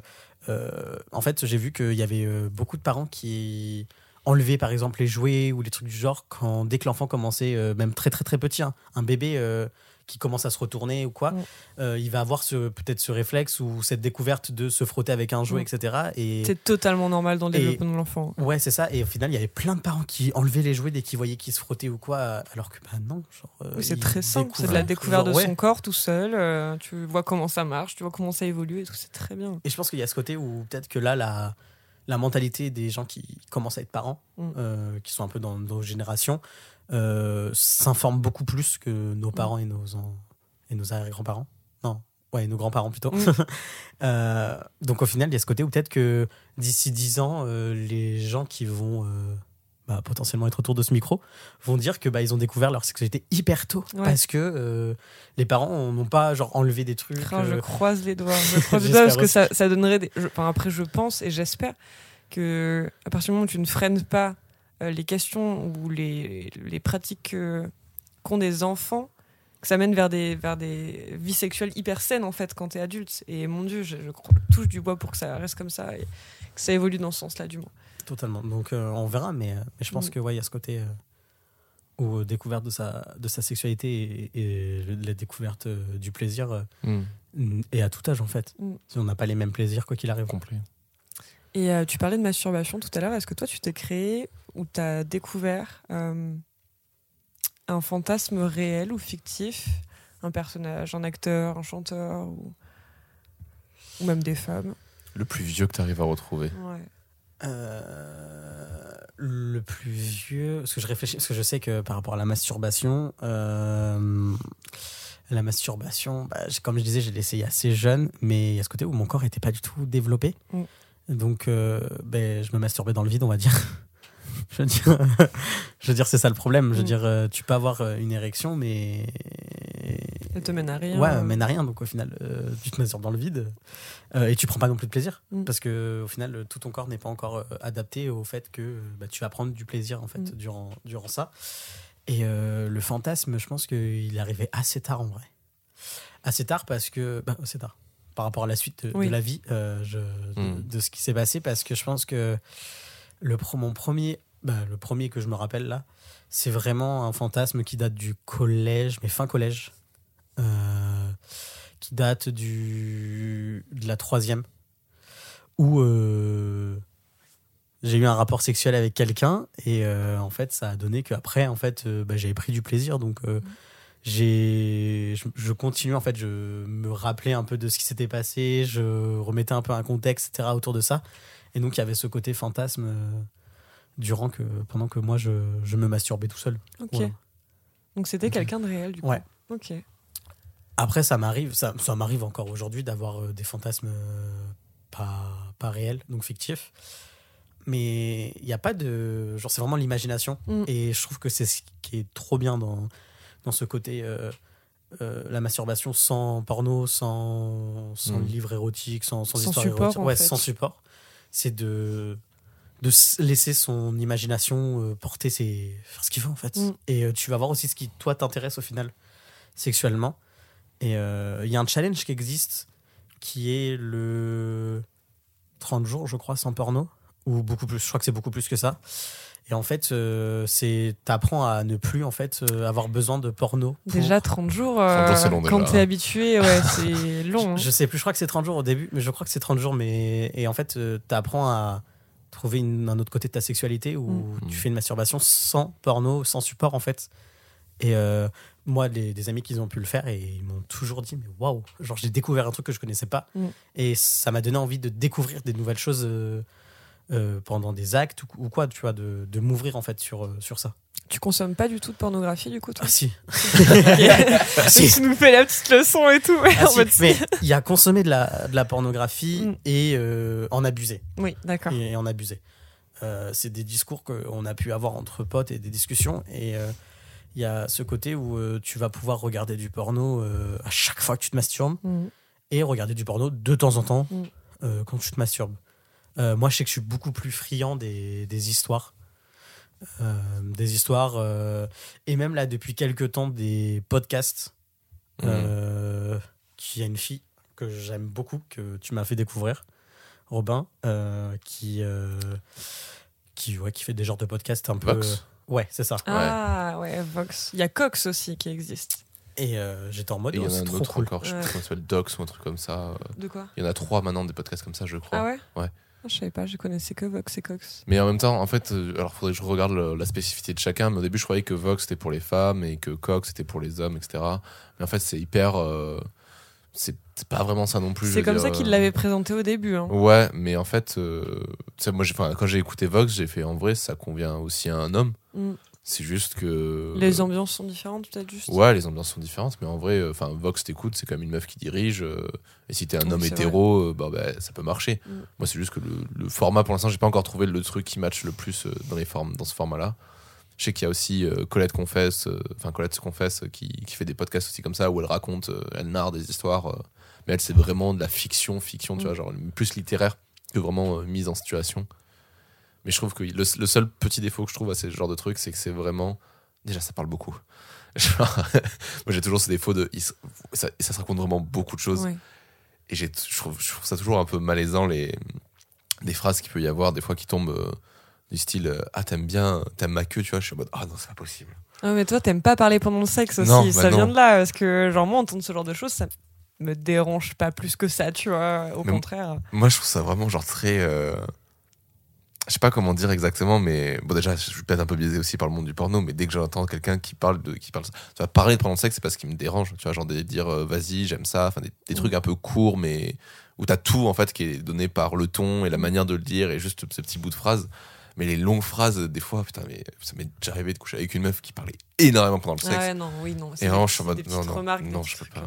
en fait, j'ai vu qu'il y avait beaucoup de parents qui enlevaient par exemple les jouets ou les trucs du genre dès que l'enfant commençait, même très très très petit, hein, un bébé qui commence à se retourner ou quoi, il va avoir peut-être ce réflexe ou cette découverte de se frotter avec un jouet, etc. Et c'est totalement normal dans le développement de l'enfant. Ouais, c'est ça. Et au final, il y avait plein de parents qui enlevaient les jouets dès qu'ils voyaient qu'ils se frottaient ou quoi, alors que non. Oui, c'est très simple, c'est de la découverte de son corps tout seul. Tu vois comment ça marche, tu vois comment ça évolue et tout, c'est très bien. Et je pense qu'il y a ce côté où peut-être que là, la mentalité des gens qui commencent à être parents, qui sont un peu dans nos générations, s'informent beaucoup plus que nos parents et nos arrière-grands-parents. Non, ouais, nos grands-parents plutôt. Donc au final, il y a ce côté où peut-être que d'ici 10 ans, les gens qui vont potentiellement être autour de ce micro vont dire que ils ont découvert leur sexualité hyper tôt parce que les parents n'ont pas genre enlevé des trucs. Je croise les doigts. Parce que ça donnerait après, je pense et j'espère que à partir du moment où tu ne freines pas les questions ou les pratiques qu'ont des enfants, que ça mène vers des vies sexuelles hyper saines en fait quand t'es adulte. Et mon Dieu, je touche du bois pour que ça reste comme ça et que ça évolue dans ce sens-là du moins. Totalement. Donc on verra, mais je pense que il y a ce côté où découverte de sa sexualité et la découverte du plaisir et à tout âge en fait. Si on n'a pas les mêmes plaisirs quoi qu'il arrive. Compris. Et tu parlais de masturbation tout à l'heure. Est-ce que toi tu t'es créé ou t'as découvert un fantasme réel ou fictif, un personnage, un acteur, un chanteur ou même des femmes? Le plus vieux que tu arrives à retrouver. Ouais. Le plus vieux, parce que je réfléchis, parce que je sais que par rapport à la masturbation, comme je disais, j'ai essayé assez jeune, mais il y a ce côté où mon corps n'était pas du tout développé. Donc, je me masturbais dans le vide, on va dire. je veux dire, c'est ça le problème. Je veux dire, tu peux avoir une érection, mais elle te mène à rien. Ouais, elle mène à rien. Donc au final, tu te masturbes dans le vide et tu prends pas non plus de plaisir parce que au final, tout ton corps n'est pas encore adapté au fait que tu vas prendre du plaisir en fait durant ça. Et le fantasme, je pense qu'il est arrivé assez tard en vrai. Assez tard parce que assez tard. Par rapport à la suite de la vie de ce qui s'est passé, parce que je pense que le premier que je me rappelle là, c'est vraiment un fantasme qui date du collège, mais fin collège, qui date de la 3e, où j'ai eu un rapport sexuel avec quelqu'un et en fait ça a donné qu'après en fait j'avais pris du plaisir, donc je continue en fait, je me rappelais un peu de ce qui s'était passé, je remettais un peu un contexte, etc. autour de ça, et donc il y avait ce côté fantasme pendant que moi je me masturbais tout seul. Ok. Voilà. Donc c'était quelqu'un de réel du coup. Ouais. Ok. Après ça m'arrive encore aujourd'hui d'avoir des fantasmes pas réels, donc fictifs. Mais il n'y a pas de genre, c'est vraiment l'imagination et je trouve que c'est ce qui est trop bien dans ce côté la masturbation sans porno, sans livre érotique, sans histoire support, érotique, ouais, sans support, c'est de laisser son imagination porter faire ce qu'il veut en fait. Et tu vas voir aussi ce qui toi t'intéresse au final sexuellement. Et il y a un challenge qui existe qui est le 30 jours je crois sans porno, ou beaucoup plus, je crois que c'est beaucoup plus que ça. Et en fait, t'apprends à ne plus en fait avoir besoin de porno. Déjà 30 jours, 30 jours c'est long, quand déjà. T'es habitué, ouais, c'est long. Je sais plus, je crois que c'est 30 jours au début, mais je crois que c'est 30 jours. Et en fait, t'apprends trouver un autre côté de ta sexualité où tu fais une masturbation sans porno, sans support en fait. Et moi, des amis qui ont pu le faire, et ils m'ont toujours dit, mais waouh, genre j'ai découvert un truc que je connaissais pas. Et ça m'a donné envie de découvrir des nouvelles choses pendant des actes ou quoi, tu vois, de m'ouvrir en fait sur ça. Tu consommes pas du tout de pornographie du coup, toi? Ah si. Si. Tu nous fais la petite leçon et tout. Ah, si. Mais il y a consommer de la pornographie et en abuser. Oui, d'accord. Et en abuser. C'est des discours qu'on a pu avoir entre potes et des discussions. Et il y a ce côté où tu vas pouvoir regarder du porno à chaque fois que tu te masturbes et regarder du porno de temps en temps quand tu te masturbes. Moi, je sais que je suis beaucoup plus friand des histoires. Et même là, depuis quelques temps, des podcasts. Qui y a une fille que j'aime beaucoup, que tu m'as fait découvrir, Robin, qui fait des genres de podcasts un peu. Vox. Ouais, c'est ça. Ah ouais, Vox. Il y a Cox aussi qui existe. Et j'étais en mode, Et il y en a c'est un trop autre cool. encore, je sais pas comment ça s'appelle, Docs ou un truc comme ça. De quoi? Il y en a 3 maintenant des podcasts comme ça, je crois. Ah ouais? Ouais. Je savais pas, je connaissais que Vox et Cox. Mais en même temps, en fait, alors faudrait que je regarde la spécificité de chacun. Mais au début, je croyais que Vox c'était pour les femmes et que Cox c'était pour les hommes, etc. Mais en fait, c'est hyper. C'est pas vraiment ça non plus. C'est comme ça qu'il l'avait présenté au début. Hein. Ouais, mais en fait, moi, quand j'ai écouté Vox, j'ai fait en vrai, ça convient aussi à un homme. C'est juste que. Les ambiances sont différentes, peut-être juste. Ouais, les ambiances sont différentes, mais en vrai, Vox t'écoute, c'est quand même une meuf qui dirige. Et si t'es un homme hétéro, ça peut marcher. Moi, c'est juste que le format, pour l'instant, j'ai pas encore trouvé le truc qui match le plus dans ce format-là. Je sais qu'il y a aussi Colette se confesse, qui fait des podcasts aussi comme ça, où elle raconte, elle narre des histoires, mais elle, c'est vraiment de la fiction, tu vois, genre plus littéraire que vraiment mise en situation. Mais je trouve que le seul petit défaut que je trouve à ce genre de truc, c'est que c'est vraiment. Déjà, ça parle beaucoup. Genre, moi, j'ai toujours ce défaut ça se raconte vraiment beaucoup de choses. Ouais. Et je trouve ça toujours un peu malaisant, des phrases qu'il peut y avoir, des fois qui tombent du style t'aimes ma queue, tu vois. Je suis en mode non, c'est pas possible. Ah, mais toi, t'aimes pas parler pendant le sexe aussi. Non, ça vient de là. Parce que, genre, moi, entendre ce genre de choses, ça me dérange pas plus que ça, tu vois. Au contraire. Moi, je trouve ça vraiment, genre, très. Je sais pas comment dire exactement, mais bon, déjà, je suis peut-être un peu biaisé aussi par le monde du porno, mais dès que j'entends quelqu'un qui parle, tu vas parler de pendant le sexe, c'est parce qu'il me dérange, tu vois, genre de dire vas-y, j'aime ça, enfin des trucs un peu courts, mais où t'as tout en fait qui est donné par le ton et la manière de le dire et juste ce petit bout de phrase. Mais les longues phrases, des fois, putain, mais ça m'est déjà arrivé de coucher avec une meuf qui parlait énormément pendant le sexe. Ah ouais, non. Et vraiment, je suis en mode non, je peux pas.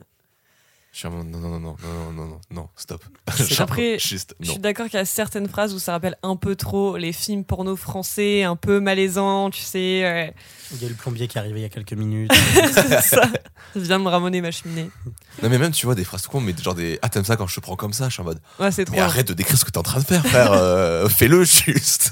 Je suis en mode non, stop. Après, je suis d'accord qu'il y a certaines phrases où ça rappelle un peu trop les films porno français, un peu malaisants, tu sais. Ouais. Il y a le plombier qui est arrivé il y a quelques minutes. C'est ça. Je viens de me ramoner ma cheminée. Non, mais même, tu vois, des phrases cons, mais genre t'aimes ça quand je te prends comme ça, je suis en mode. Ouais, c'est trop. Mais arrête de décrire ce que t'es en train de faire, frère. Fais-le juste.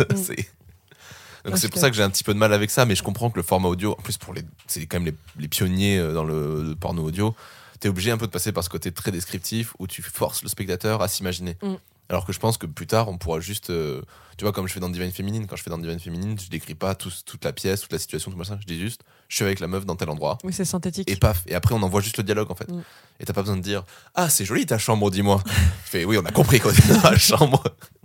Donc c'est pour ça que j'ai un petit peu de mal avec ça, mais je comprends que le format audio, en plus c'est quand même les pionniers dans le porno audio, t'es obligé un peu de passer par ce côté très descriptif où tu forces le spectateur à s'imaginer. Alors que je pense que plus tard, on pourra juste, tu vois, comme je fais dans Divine Féminine, quand je fais dans Divine Féminine, je décris pas toute la pièce, toute la situation, tout ça, je dis juste, je suis avec la meuf dans tel endroit. Oui, c'est synthétique. Et paf, et après on envoie juste le dialogue en fait. Et t'as pas besoin de dire, c'est joli ta chambre, dis-moi. Je fais, oui, on a compris quoi, la chambre.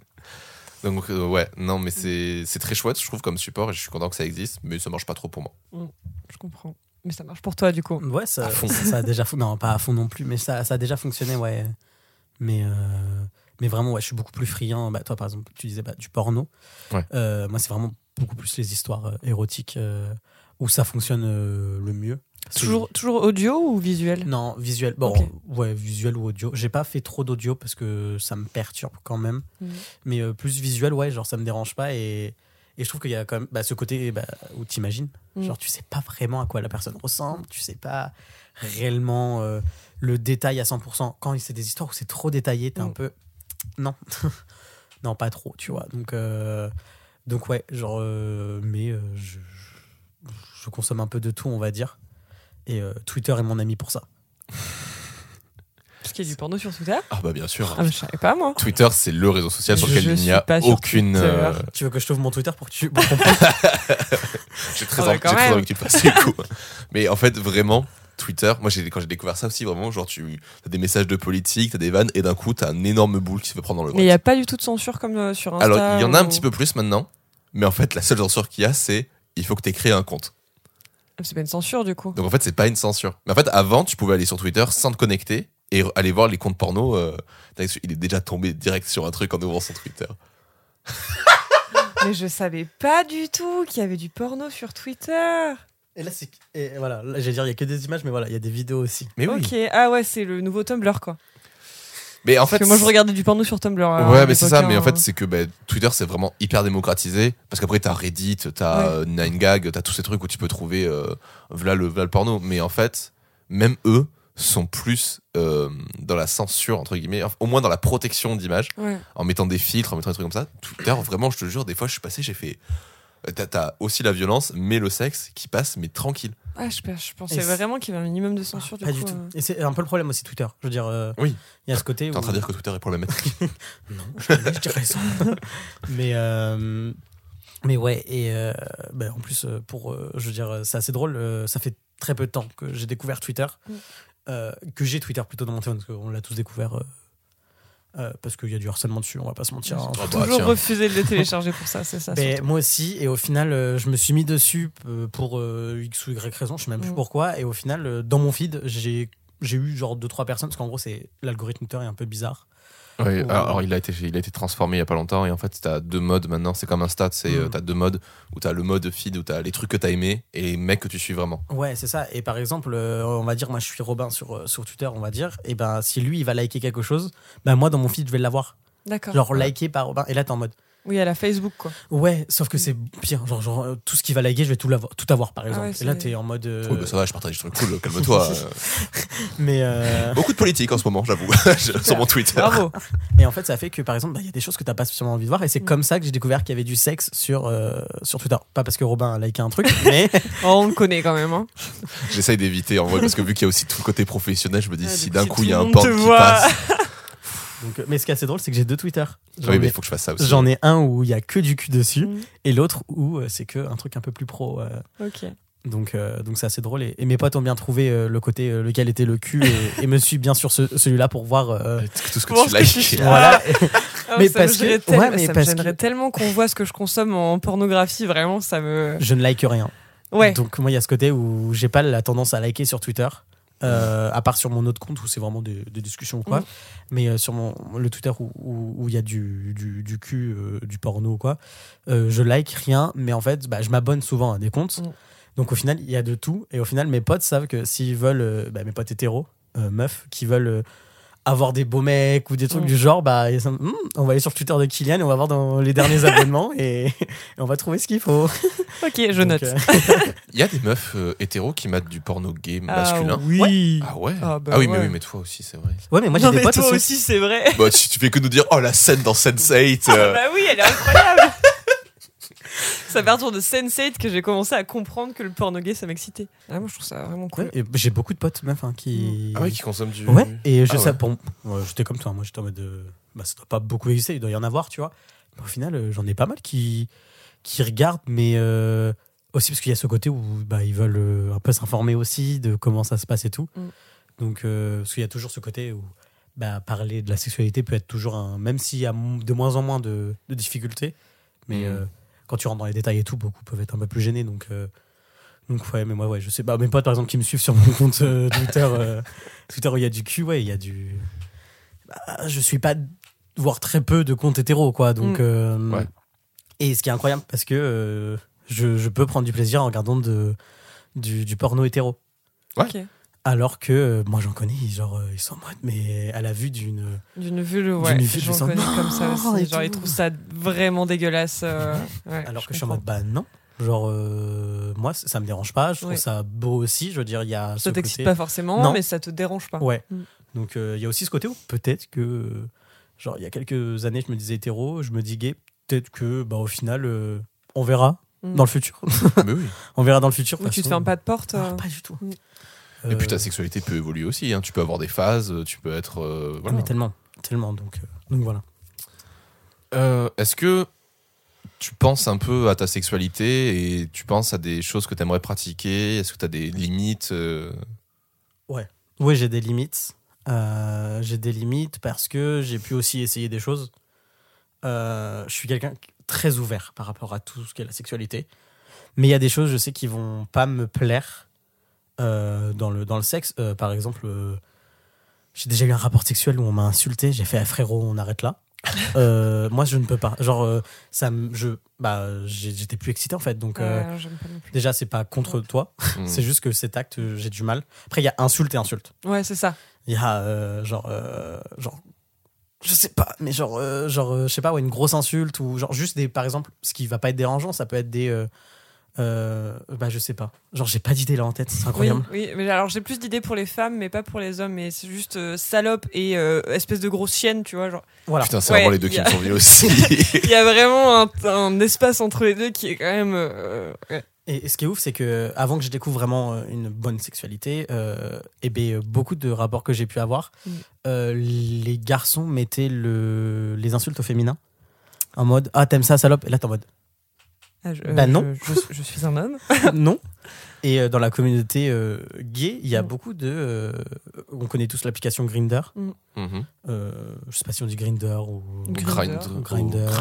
Donc ouais, non, mais c'est très chouette, je trouve, comme support, et je suis content que ça existe, mais ça marche pas trop pour moi. Je comprends. Mais ça marche pour toi, du coup. Ouais, ça a déjà non, pas à fond non plus, mais ça a déjà fonctionné, ouais. Mais vraiment, ouais, je suis beaucoup plus friand. Toi, par exemple, tu disais du porno. Ouais. Moi, c'est vraiment beaucoup plus les histoires érotiques où ça fonctionne le mieux. Toujours audio ou visuel? Non, visuel. Bon, okay. Ouais, visuel ou audio. J'ai pas fait trop d'audio parce que ça me perturbe quand même. Mais plus visuel, ouais, genre ça me dérange pas. Et je trouve qu'il y a quand même ce côté où t'imagines. Genre, tu sais pas vraiment à quoi la personne ressemble. Tu sais pas réellement le détail à 100%. Quand c'est des histoires où c'est trop détaillé, t'es un peu. Non. Non, pas trop, tu vois. Donc ouais, genre. Mais je consomme un peu de tout, on va dire. Et Twitter est mon ami pour ça. Parce qu'il y a du porno sur Twitter? Ah bah bien sûr. Ah, mais je savais pas, moi. Twitter, c'est le réseau social sur lequel il n'y a aucune... Tu veux que je t'ouvre mon Twitter pour comprendre? J'ai très envie que tu le fasses du coup. Mais en fait, vraiment, Twitter, moi quand j'ai découvert ça aussi, vraiment, genre tu as des messages de politique, t'as des vannes, et d'un coup t'as un énorme boule qui se fait prendre dans le Mais il n'y a pas du tout de censure comme sur Insta. Alors il y en a un petit peu plus maintenant, mais en fait la seule censure qu'il y a, c'est il faut que t'aies créé un compte. C'est pas une censure du coup. Donc en fait c'est pas une censure. Mais en fait avant tu pouvais aller sur Twitter sans te connecter et aller voir les comptes porno. Il est déjà tombé direct sur un truc en ouvrant son Twitter. Mais je savais pas du tout qu'il y avait du porno sur Twitter. Et là, voilà, là, j'allais dire, il y a que des images, mais voilà, il y a des vidéos aussi. Mais oui. Ok, ah ouais, c'est le nouveau Tumblr quoi. Mais en fait, parce que moi je regardais du porno sur Tumblr. Ouais, mais c'est ça. Mais en fait, c'est que Twitter c'est vraiment hyper démocratisé parce qu'après t'as Reddit, t'as 9gag, t'as tous ces trucs où tu peux trouver v'là le porno. Mais en fait, même eux sont plus dans la censure entre guillemets, au moins dans la protection d'image, en mettant des filtres, en mettant des trucs comme ça. Twitter, vraiment, je te jure, des fois je suis passé, j'ai fait. T'as aussi la violence, mais le sexe qui passe, mais tranquille. Ah, je pensais vraiment qu'il y avait un minimum de censure. Pas du tout. Et c'est un peu le problème aussi, Twitter. Je veux dire, oui. Il y a ce côté. T'es en train de dire que Twitter est problématique? Non, je dirais ça. mais ouais, et en plus, je veux dire, c'est assez drôle. Ça fait très peu de temps que j'ai découvert Twitter. Que j'ai Twitter plutôt dans mon téléphone, parce qu'on l'a tous découvert. Parce qu'il y a du harcèlement dessus, on va pas se mentir. J'ai toujours refusé de le télécharger pour ça, c'est ça. Moi aussi, et au final, je me suis mis dessus pour X ou Y raison, je sais même plus pourquoi, et au final, dans mon feed, j'ai eu genre 2-3 personnes, parce qu'en gros, l'algorithme Twitter est un peu bizarre. Oui, alors il a été transformé il y a pas longtemps, et en fait t'as 2 modes maintenant, c'est comme Insta, t'as 2 modes, où t'as le mode feed où t'as les trucs que t'as aimés et les mecs que tu suis vraiment. Ouais, c'est ça. Et par exemple, on va dire, moi je suis Robin sur Twitter, on va dire, et ben si lui il va liker quelque chose, ben moi dans mon feed je vais l'avoir. D'accord. Genre liké par Robin, et là t'es en mode. Oui, à la Facebook quoi. Ouais, sauf que c'est pire. Genre tout ce qu'il va liker, je vais tout avoir par exemple. Et là t'es en mode. Oui, bah ça va, je partage des trucs cool, calme-toi. Mais beaucoup de politique en ce moment, j'avoue, sur mon Twitter. Bravo. Et en fait, ça fait que par exemple, il y a des choses que t'as pas spécialement envie de voir, et c'est comme ça que j'ai découvert qu'il y avait du sexe sur Twitter. Pas parce que Robin a liké un truc, mais. On le connaît quand même. Hein. J'essaye d'éviter en vrai, parce que vu qu'il y a aussi tout le côté professionnel, je me dis si d'un coup il y a un porn qui passe. Donc, mais ce qui est assez drôle, c'est que j'ai 2 Twitter. Oui, mais il faut que je fasse ça aussi. J'en ai un où il y a que du cul dessus, et l'autre où c'est que un truc un peu plus pro. Ok. Donc c'est assez drôle. Et mes potes ont bien trouvé le côté lequel était le cul, et me suivent bien sur celui-là pour voir tout ce que tu likes. Voilà. Mais parce que ça me gênerait tellement qu'on voit ce que je consomme en pornographie. Vraiment, ça me. Je ne like rien. Ouais. Donc moi, il y a ce côté où j'ai pas la tendance à liker sur Twitter. À part sur mon autre compte où c'est vraiment des discussions ou quoi, mais sur le Twitter où il y a du cul, du porno ou quoi, je like rien, mais en fait je m'abonne souvent à des comptes, donc au final il y a de tout, et au final mes potes savent que s'ils veulent, mes potes hétéros, meufs qui veulent avoir des beaux mecs ou des trucs du genre, on va aller sur le Twitter de Kylian et on va voir dans les derniers abonnements, et on va trouver ce qu'il faut. Ok, je note. Il y a des meufs hétéros qui matent du porno gay masculin. Oui. Ah ouais. Ah oui, mais toi aussi, c'est vrai. Ouais, mais moi j'ai des potes toi aussi, c'est vrai. Bah, tu fais que nous dire la scène dans Sense8. Bah oui, elle est incroyable. C'est à partir de Sense8 que j'ai commencé à comprendre que le porno gay ça m'excitait. Moi je trouve ça vraiment cool. Ouais, et j'ai beaucoup de potes meufs qui. Ah oui, qui consomment du. Ouais, et je sais, j'étais comme toi, moi j'étais en mode ça doit pas beaucoup exister, il doit y en avoir, tu vois. Mais au final, j'en ai pas mal qui regardent, mais aussi parce qu'il y a ce côté où ils veulent un peu s'informer aussi de comment ça se passe et tout. Donc, parce qu'il y a toujours ce côté où parler de la sexualité peut être toujours même s'il y a de moins en moins de difficultés, mais quand tu rentres dans les détails et tout, beaucoup peuvent être un peu plus gênés. Donc ouais, mais moi, je sais pas. Mes potes, par exemple, qui me suivent sur mon compte Twitter, où il y a du cul, il y a du. Je suis pas, voire très peu de comptes hétéros, quoi. Donc, ouais. Et ce qui est incroyable, parce que je peux prendre du plaisir en regardant du porno hétéro. Ouais. Okay. Alors que moi j'en connais, genre ils sont en mode, mais à la vue d'une vulve, ouais. J'en connais comme ça aussi. Genre ils trouvent ça vraiment dégueulasse. Ouais, alors que je suis en mode non. Genre moi ça me dérange pas, je trouve ça beau aussi. Je veux dire, il y a ça t'excite pas forcément, mais ça te dérange pas. Ouais. Donc il y a aussi ce côté où peut-être que genre il y a quelques années je me disais hétéro, je me dis gay, peut-être que au final on verra dans le futur. Mais oui. On verra dans le futur. Mais tu te fermes pas de porte. Pas du tout. Et puis ta sexualité peut évoluer aussi, hein. Tu peux avoir des phases, tu peux être voilà. Mais tellement, donc voilà. Est-ce que tu penses un peu à ta sexualité et tu penses à des choses que tu aimerais pratiquer? Est-ce que tu as des limites Oui, j'ai des limites. J'ai des limites parce que j'ai pu aussi essayer des choses. Je suis quelqu'un très ouvert par rapport à tout ce qui est la sexualité. Mais il y a des choses, je sais, qui vont pas me plaire dans le sexe. Par exemple, j'ai déjà eu un rapport sexuel où on m'a insulté. J'ai fait frérot, on arrête là. Moi, je ne peux pas. Genre, j'étais plus excité en fait. Donc, j'aime pas non plus. déjà, c'est pas contre toi. C'est juste que cet acte, j'ai du mal. Après, il y a insulte et insulte. Ouais, c'est ça. Il y a genre, je sais pas, mais je sais pas, ouais, une grosse insulte ou genre juste par exemple, ce qui va pas être dérangeant, ça peut être je sais pas. Genre, j'ai pas d'idée là en tête, c'est incroyable. Oui, mais alors j'ai plus d'idées pour les femmes, mais pas pour les hommes. Mais c'est juste salope et espèce de grosse chienne, tu vois. Genre. Voilà. Putain, c'est vraiment les deux qui me sont venus aussi. Il y a vraiment un espace entre les deux qui est quand même. Ouais. Et ce qui est ouf, c'est que avant que je découvre vraiment une bonne sexualité, beaucoup de rapports que j'ai pu avoir, les garçons mettaient les insultes au féminin en mode ah t'aimes ça salope, et là t'es en mode non. Je suis un homme. Non. Et dans la communauté gay, il y a beaucoup on connaît tous l'application Grindr. Mhm. Je sais pas si on dit Grindr ou Grindr.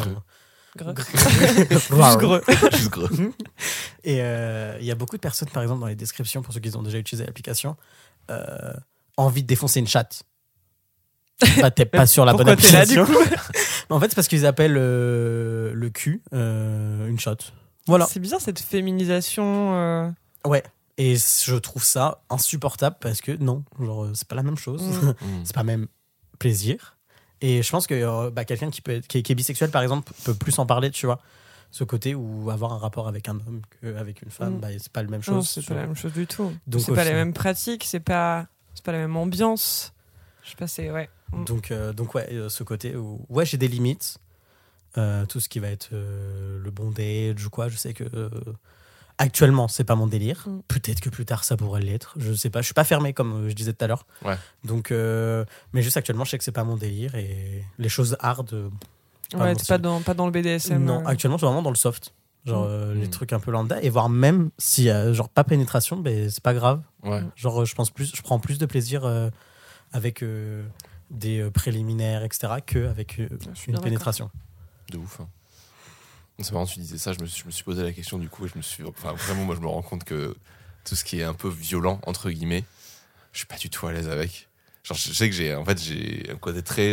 Juste gros. Et il y a beaucoup de personnes, par exemple, dans les descriptions, pour ceux qui ont déjà utilisé l'application, envie de défoncer une chatte. T'es pas sur la bonne application. Pourquoi t'es là, du coup? En fait, c'est parce qu'ils appellent le cul une chatte. Voilà. C'est bizarre cette féminisation. Ouais. Et je trouve ça insupportable parce que non, genre, c'est pas la même chose. C'est pas le même plaisir. Et je pense que quelqu'un qui est bisexuel, par exemple, peut plus en parler, tu vois. Ce côté où avoir un rapport avec un homme qu'avec une femme, c'est pas la même chose. Non, c'est pas la même chose du tout. Donc, c'est pas les mêmes pratiques, c'est pas la même ambiance. Je sais pas, c'est. Ouais. Donc ce côté où. Ouais, j'ai des limites. Tout ce qui va être le bondage ou quoi, je sais que. Actuellement, c'est pas mon délire. Peut-être que plus tard, ça pourrait l'être. Je sais pas. Je suis pas fermé, comme je disais tout à l'heure. Ouais. Donc, mais juste actuellement, je sais que c'est pas mon délire. Et les choses hard. Ouais, t'es pas dans le BDSM. Non, actuellement, je suis vraiment dans le soft. Genre, les trucs un peu lambda. Et voire même s'il y a genre pas pénétration, ben, c'est pas grave. Ouais. Genre, je prends plus de plaisir avec des préliminaires, etc., qu'avec une pénétration. De ouf. Hein. C'est marrant, tu disais ça, je me suis posé la question du coup, et vraiment, moi je me rends compte que tout ce qui est un peu violent, entre guillemets, je suis pas du tout à l'aise avec. Genre, je sais que j'ai un côté très.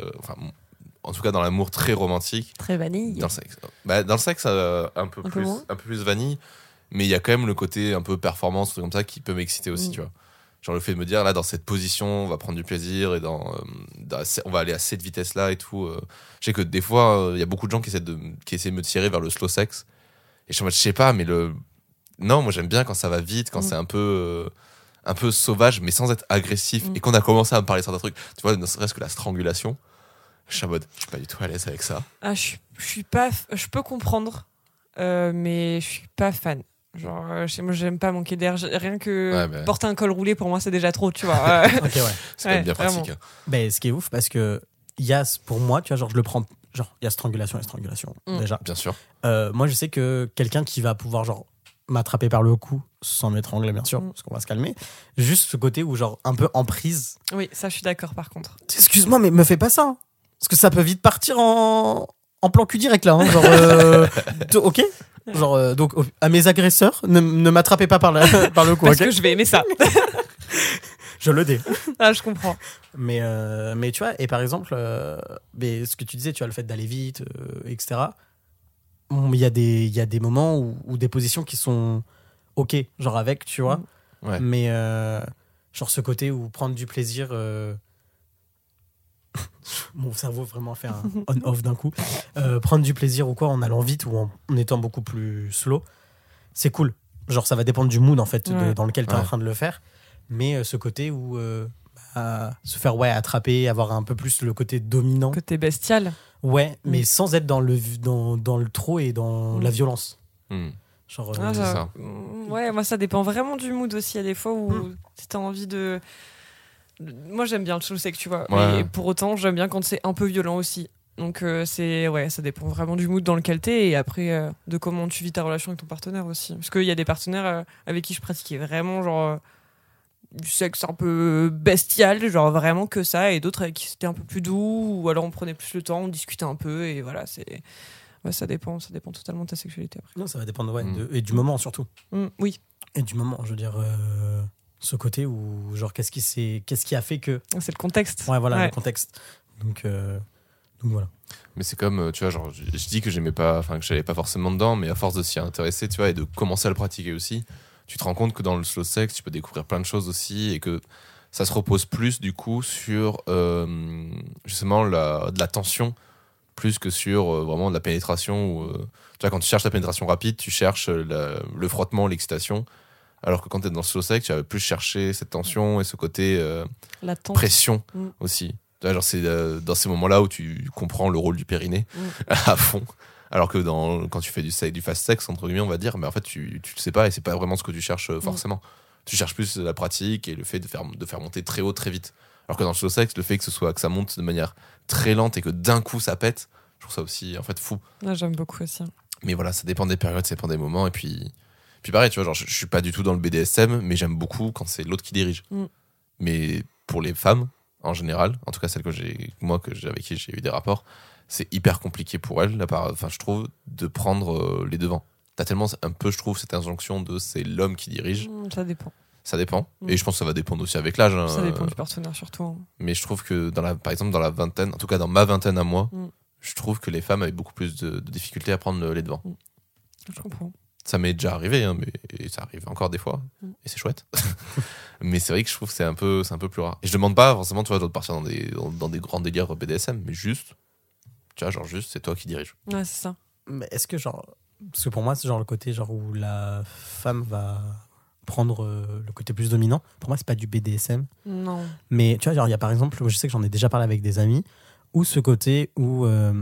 En tout cas, dans l'amour, très romantique. Très vanille. Dans le sexe, un peu plus vanille, mais il y a quand même le côté un peu performance, truc comme ça, qui peut m'exciter aussi, tu vois. Genre le fait de me dire, là, dans cette position, on va prendre du plaisir et on va aller à cette vitesse-là et tout. Je sais que des fois, il y a beaucoup de gens qui essaient de me tirer vers le slow sex. Et je suis en mode, je sais pas, mais non, moi j'aime bien quand ça va vite, quand c'est un peu sauvage, mais sans être agressif. Et qu'on a commencé à me parler de certains trucs, tu vois, ne serait-ce que la strangulation. Je suis en mode, je suis pas du tout à l'aise avec ça. Ah, je suis pas. Je peux comprendre, mais je suis pas fan. Genre, moi, j'aime pas manquer d'air. Rien que porter un col roulé, pour moi, c'est déjà trop, tu vois. Ok, ouais. C'est quand même bien pratique. Hein. Ben, ce qui est ouf, parce que pour moi, tu vois, genre, je le prends. Genre, il y a strangulation et strangulation, déjà. Bien sûr. Moi, je sais que quelqu'un qui va pouvoir, genre, m'attraper par le cou sans m'étrangler, bien sûr, parce qu'on va se calmer. Juste ce côté où, genre, un peu en prise. Oui, ça, je suis d'accord, par contre. Excuse-moi, mais me fais pas ça. Hein. Parce que ça peut vite partir en plan cul direct, là. Hein, genre, ok. Genre, donc, à mes agresseurs, ne m'attrapez pas par le cou. Parce que je vais aimer ça. Je le dis. Ah, je comprends. Mais tu vois, et par exemple, mais ce que tu disais, tu vois, le fait d'aller vite, etc. Il y a des moments où des positions qui sont ok, genre avec, tu vois. Ouais. Mais genre ce côté où prendre du plaisir. Mon cerveau vraiment fait un on-off d'un coup. Prendre du plaisir ou quoi en allant vite ou en étant beaucoup plus slow, c'est cool. Genre ça va dépendre du mood en fait dans lequel tu es en train de le faire. Mais ce côté où se faire attraper, avoir un peu plus le côté dominant. Côté bestial. Ouais, mais sans être dans le trop et dans la violence. Genre, c'est ça. Ouais, moi ça dépend vraiment du mood aussi. Il y a des fois où tu as envie de. Moi j'aime bien le slow sex, tu vois. Ouais. Mais pour autant, j'aime bien quand c'est un peu violent aussi. Donc ça dépend vraiment du mood dans lequel t'es et après de comment tu vis ta relation avec ton partenaire aussi. Parce qu'il y a des partenaires avec qui je pratiquais vraiment genre du sexe un peu bestial, genre vraiment que ça, et d'autres avec qui c'était un peu plus doux, ou alors on prenait plus le temps, on discutait un peu, et voilà, ça dépend totalement de ta sexualité après. Non, ça va dépendre et du moment surtout. Oui. Et du moment, je veux dire, ce côté où, genre, qu'est-ce qui a fait que. C'est le contexte. Ouais, voilà, le contexte. Donc voilà. Mais c'est comme, tu vois, genre, je dis que j'aimais pas, enfin, que j'allais pas forcément dedans, mais à force de s'y intéresser, tu vois, et de commencer à le pratiquer aussi, tu te rends compte que dans le slow sex, tu peux découvrir plein de choses aussi, et que ça se repose plus, du coup, sur, justement, de la tension, plus que sur vraiment de la pénétration. Où, tu vois, quand tu cherches la pénétration rapide, tu cherches le frottement, l'excitation, alors que quand tu es dans le slow sex, tu vas plus chercher cette tension et ce côté pression aussi. Genre, c'est dans ces moments-là où tu comprends le rôle du périnée à fond. Alors que quand tu fais du fast sex, entre guillemets, on va dire, mais en fait, tu le sais pas et c'est pas vraiment ce que tu cherches forcément. Tu cherches plus la pratique et le fait de faire monter très haut, très vite. Alors que dans le slow sex, le fait que ça monte de manière très lente et que d'un coup ça pète, je trouve ça aussi en fait fou. Ouais, j'aime beaucoup aussi. Mais voilà, ça dépend des périodes, ça dépend des moments. Et puis pareil, tu vois, genre, je suis pas du tout dans le BDSM, mais j'aime beaucoup quand c'est l'autre qui dirige. Mais pour les femmes, en général, en tout cas celles avec qui j'ai eu des rapports, c'est hyper compliqué pour elles, je trouve, de prendre les devants. T'as tellement un peu, je trouve, cette injonction de c'est l'homme qui dirige. Ça dépend. Ça dépend. Et je pense que ça va dépendre aussi avec l'âge. Ça dépend du partenaire surtout. Mais je trouve que, par exemple, dans la vingtaine, en tout cas dans ma vingtaine à moi, je trouve que les femmes avaient beaucoup plus de difficultés à prendre les devants. Je comprends. Ça m'est déjà arrivé, mais ça arrive encore des fois, et c'est chouette. Mais c'est vrai que je trouve que c'est un peu plus rare. Et je demande pas forcément, tu vois, de partir dans des grands délires BDSM, mais juste, tu vois, genre juste, c'est toi qui dirige. Ouais, c'est ça. Mais est-ce que genre, parce que pour moi, c'est genre le côté genre où la femme va prendre le côté plus dominant. Pour moi, c'est pas du BDSM. Non. Mais tu vois, genre, il y a par exemple, je sais que j'en ai déjà parlé avec des amis, où ce côté où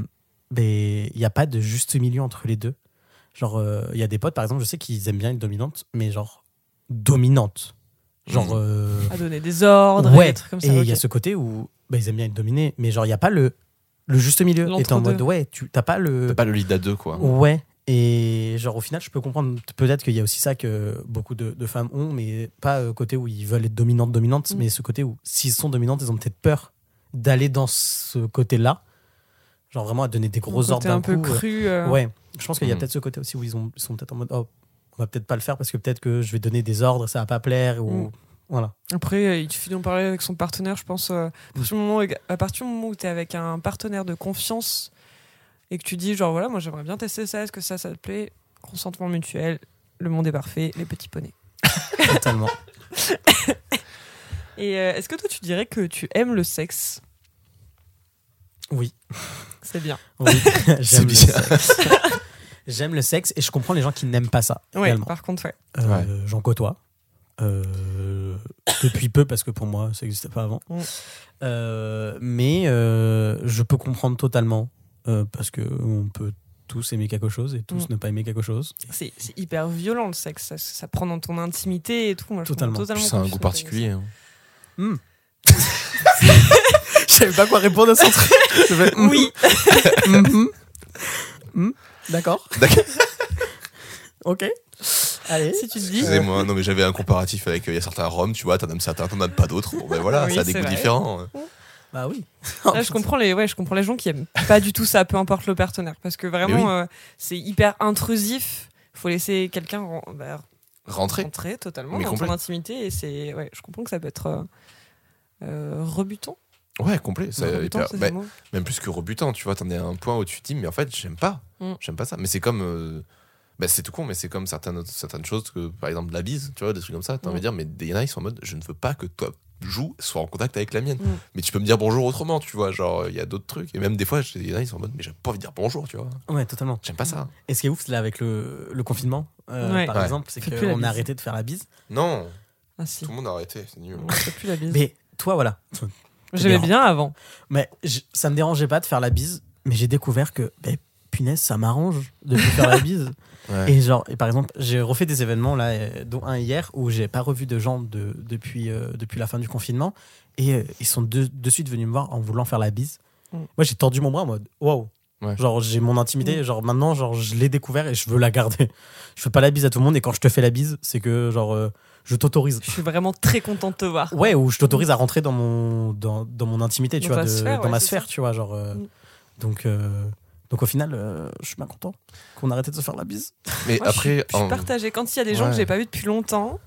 il n'y a pas de juste milieu entre les deux. Genre, il y a des potes, par exemple, je sais qu'ils aiment bien être dominantes, mais genre, dominante. Genre. À donner des ordres, ouais, des trucs comme ça. Et il y a ce côté où ils aiment bien être dominés, mais genre, il n'y a pas le juste milieu. Et t'es en mode, ouais, t'as pas le. T'as pas le lead à deux, quoi. Ouais. Et genre, au final, je peux comprendre peut-être qu'il y a aussi ça que beaucoup de femmes ont, mais pas côté où ils veulent être dominantes, mais ce côté où, s'ils sont dominantes, ils ont peut-être peur d'aller dans ce côté-là. Genre, vraiment à donner des gros ordres d'un coup. Un peu cru. Ouais. Je pense qu'il y a peut-être ce côté aussi où ils sont peut-être en mode, oh, on va peut-être pas le faire parce que peut-être que je vais donner des ordres, ça va pas plaire. Ou... Voilà. Après, il suffit d'en parler avec son partenaire, je pense. À partir du moment où tu es avec un partenaire de confiance et que tu dis, genre, voilà, moi j'aimerais bien tester ça, est-ce que ça te plaît? Consentement mutuel, le monde est parfait, les petits poneys. Totalement. Et est-ce que toi, tu dirais que tu aimes le sexe? Oui. C'est bien. Oui, j'aime le sexe. J'aime le sexe et je comprends les gens qui n'aiment pas ça. Ouais, par contre, ouais. J'en côtoie. Depuis peu, parce que pour moi, ça n'existait pas avant. Mais je peux comprendre totalement, parce qu'on peut tous aimer quelque chose et tous ne pas aimer quelque chose. C'est hyper violent, le sexe. Ça prend dans ton intimité et tout. Moi, totalement. C'est un goût particulier. Je savais pas quoi répondre à son truc. Oui. D'accord. Ok. Allez. Si tu te dis. Excusez-moi, non mais j'avais un comparatif avec il y a certains rhums, tu vois, t'en aimes certains, t'en aimes pas d'autres. Bon ben voilà, ça a des goûts différents. Bah oui. Là, je comprends les gens qui aiment pas du tout ça, peu importe le partenaire, parce que vraiment c'est hyper intrusif. Faut laisser quelqu'un rentrer totalement dans ton intimité et je comprends que ça peut être rebutant. Ouais, complet. Même plus que rebutant, tu vois, t'en es à un point où tu te dis, mais en fait, j'aime pas ça. Mais c'est comme, c'est tout con, mais c'est comme certaines choses que, par exemple, la bise, tu vois, des trucs comme ça. T'as envie de dire, mais des nains, ils sont en mode, je ne veux pas que toi sois en contact avec la mienne. Mais tu peux me dire bonjour autrement, tu vois, genre, il y a d'autres trucs. Et même des fois, des nains, ils sont en mode, mais j'ai pas envie de dire bonjour, tu vois. Ouais, totalement. J'aime pas ça. Et ce qui est ouf, là, avec le confinement, par exemple, c'est qu'on a arrêté de faire la bise. Non. Ah, si. Tout le monde a arrêté, c'est nul. On fait plus la bise. Mais toi, voilà. J'aimais bien avant. Mais ça me dérangeait pas de faire la bise, mais j'ai découvert que, punaise, ça m'arrange de plus faire la bise. Ouais. Et par exemple, j'ai refait des événements, là, dont un hier, où j'ai pas revu de gens depuis la fin du confinement, et ils sont de suite venus me voir en voulant faire la bise. Moi, j'ai tordu mon bras en mode, waouh, Ouais. Genre, j'ai mon intimité, genre maintenant, genre, je l'ai découvert et je veux la garder. Je fais pas la bise à tout le monde et quand je te fais la bise, c'est que, genre, je t'autorise. Je suis vraiment très contente de te voir. Ouais, ou je t'autorise à rentrer dans mon intimité, tu Dans vois, ta sphère, dans ouais, ma c'est sphère, ça. tu vois, genre. Donc au final, je suis bien content qu'on arrêtait de se faire la bise. Mais Moi, après, je suis partagée. Quand il y a des gens Ouais. que j'ai pas vus depuis longtemps,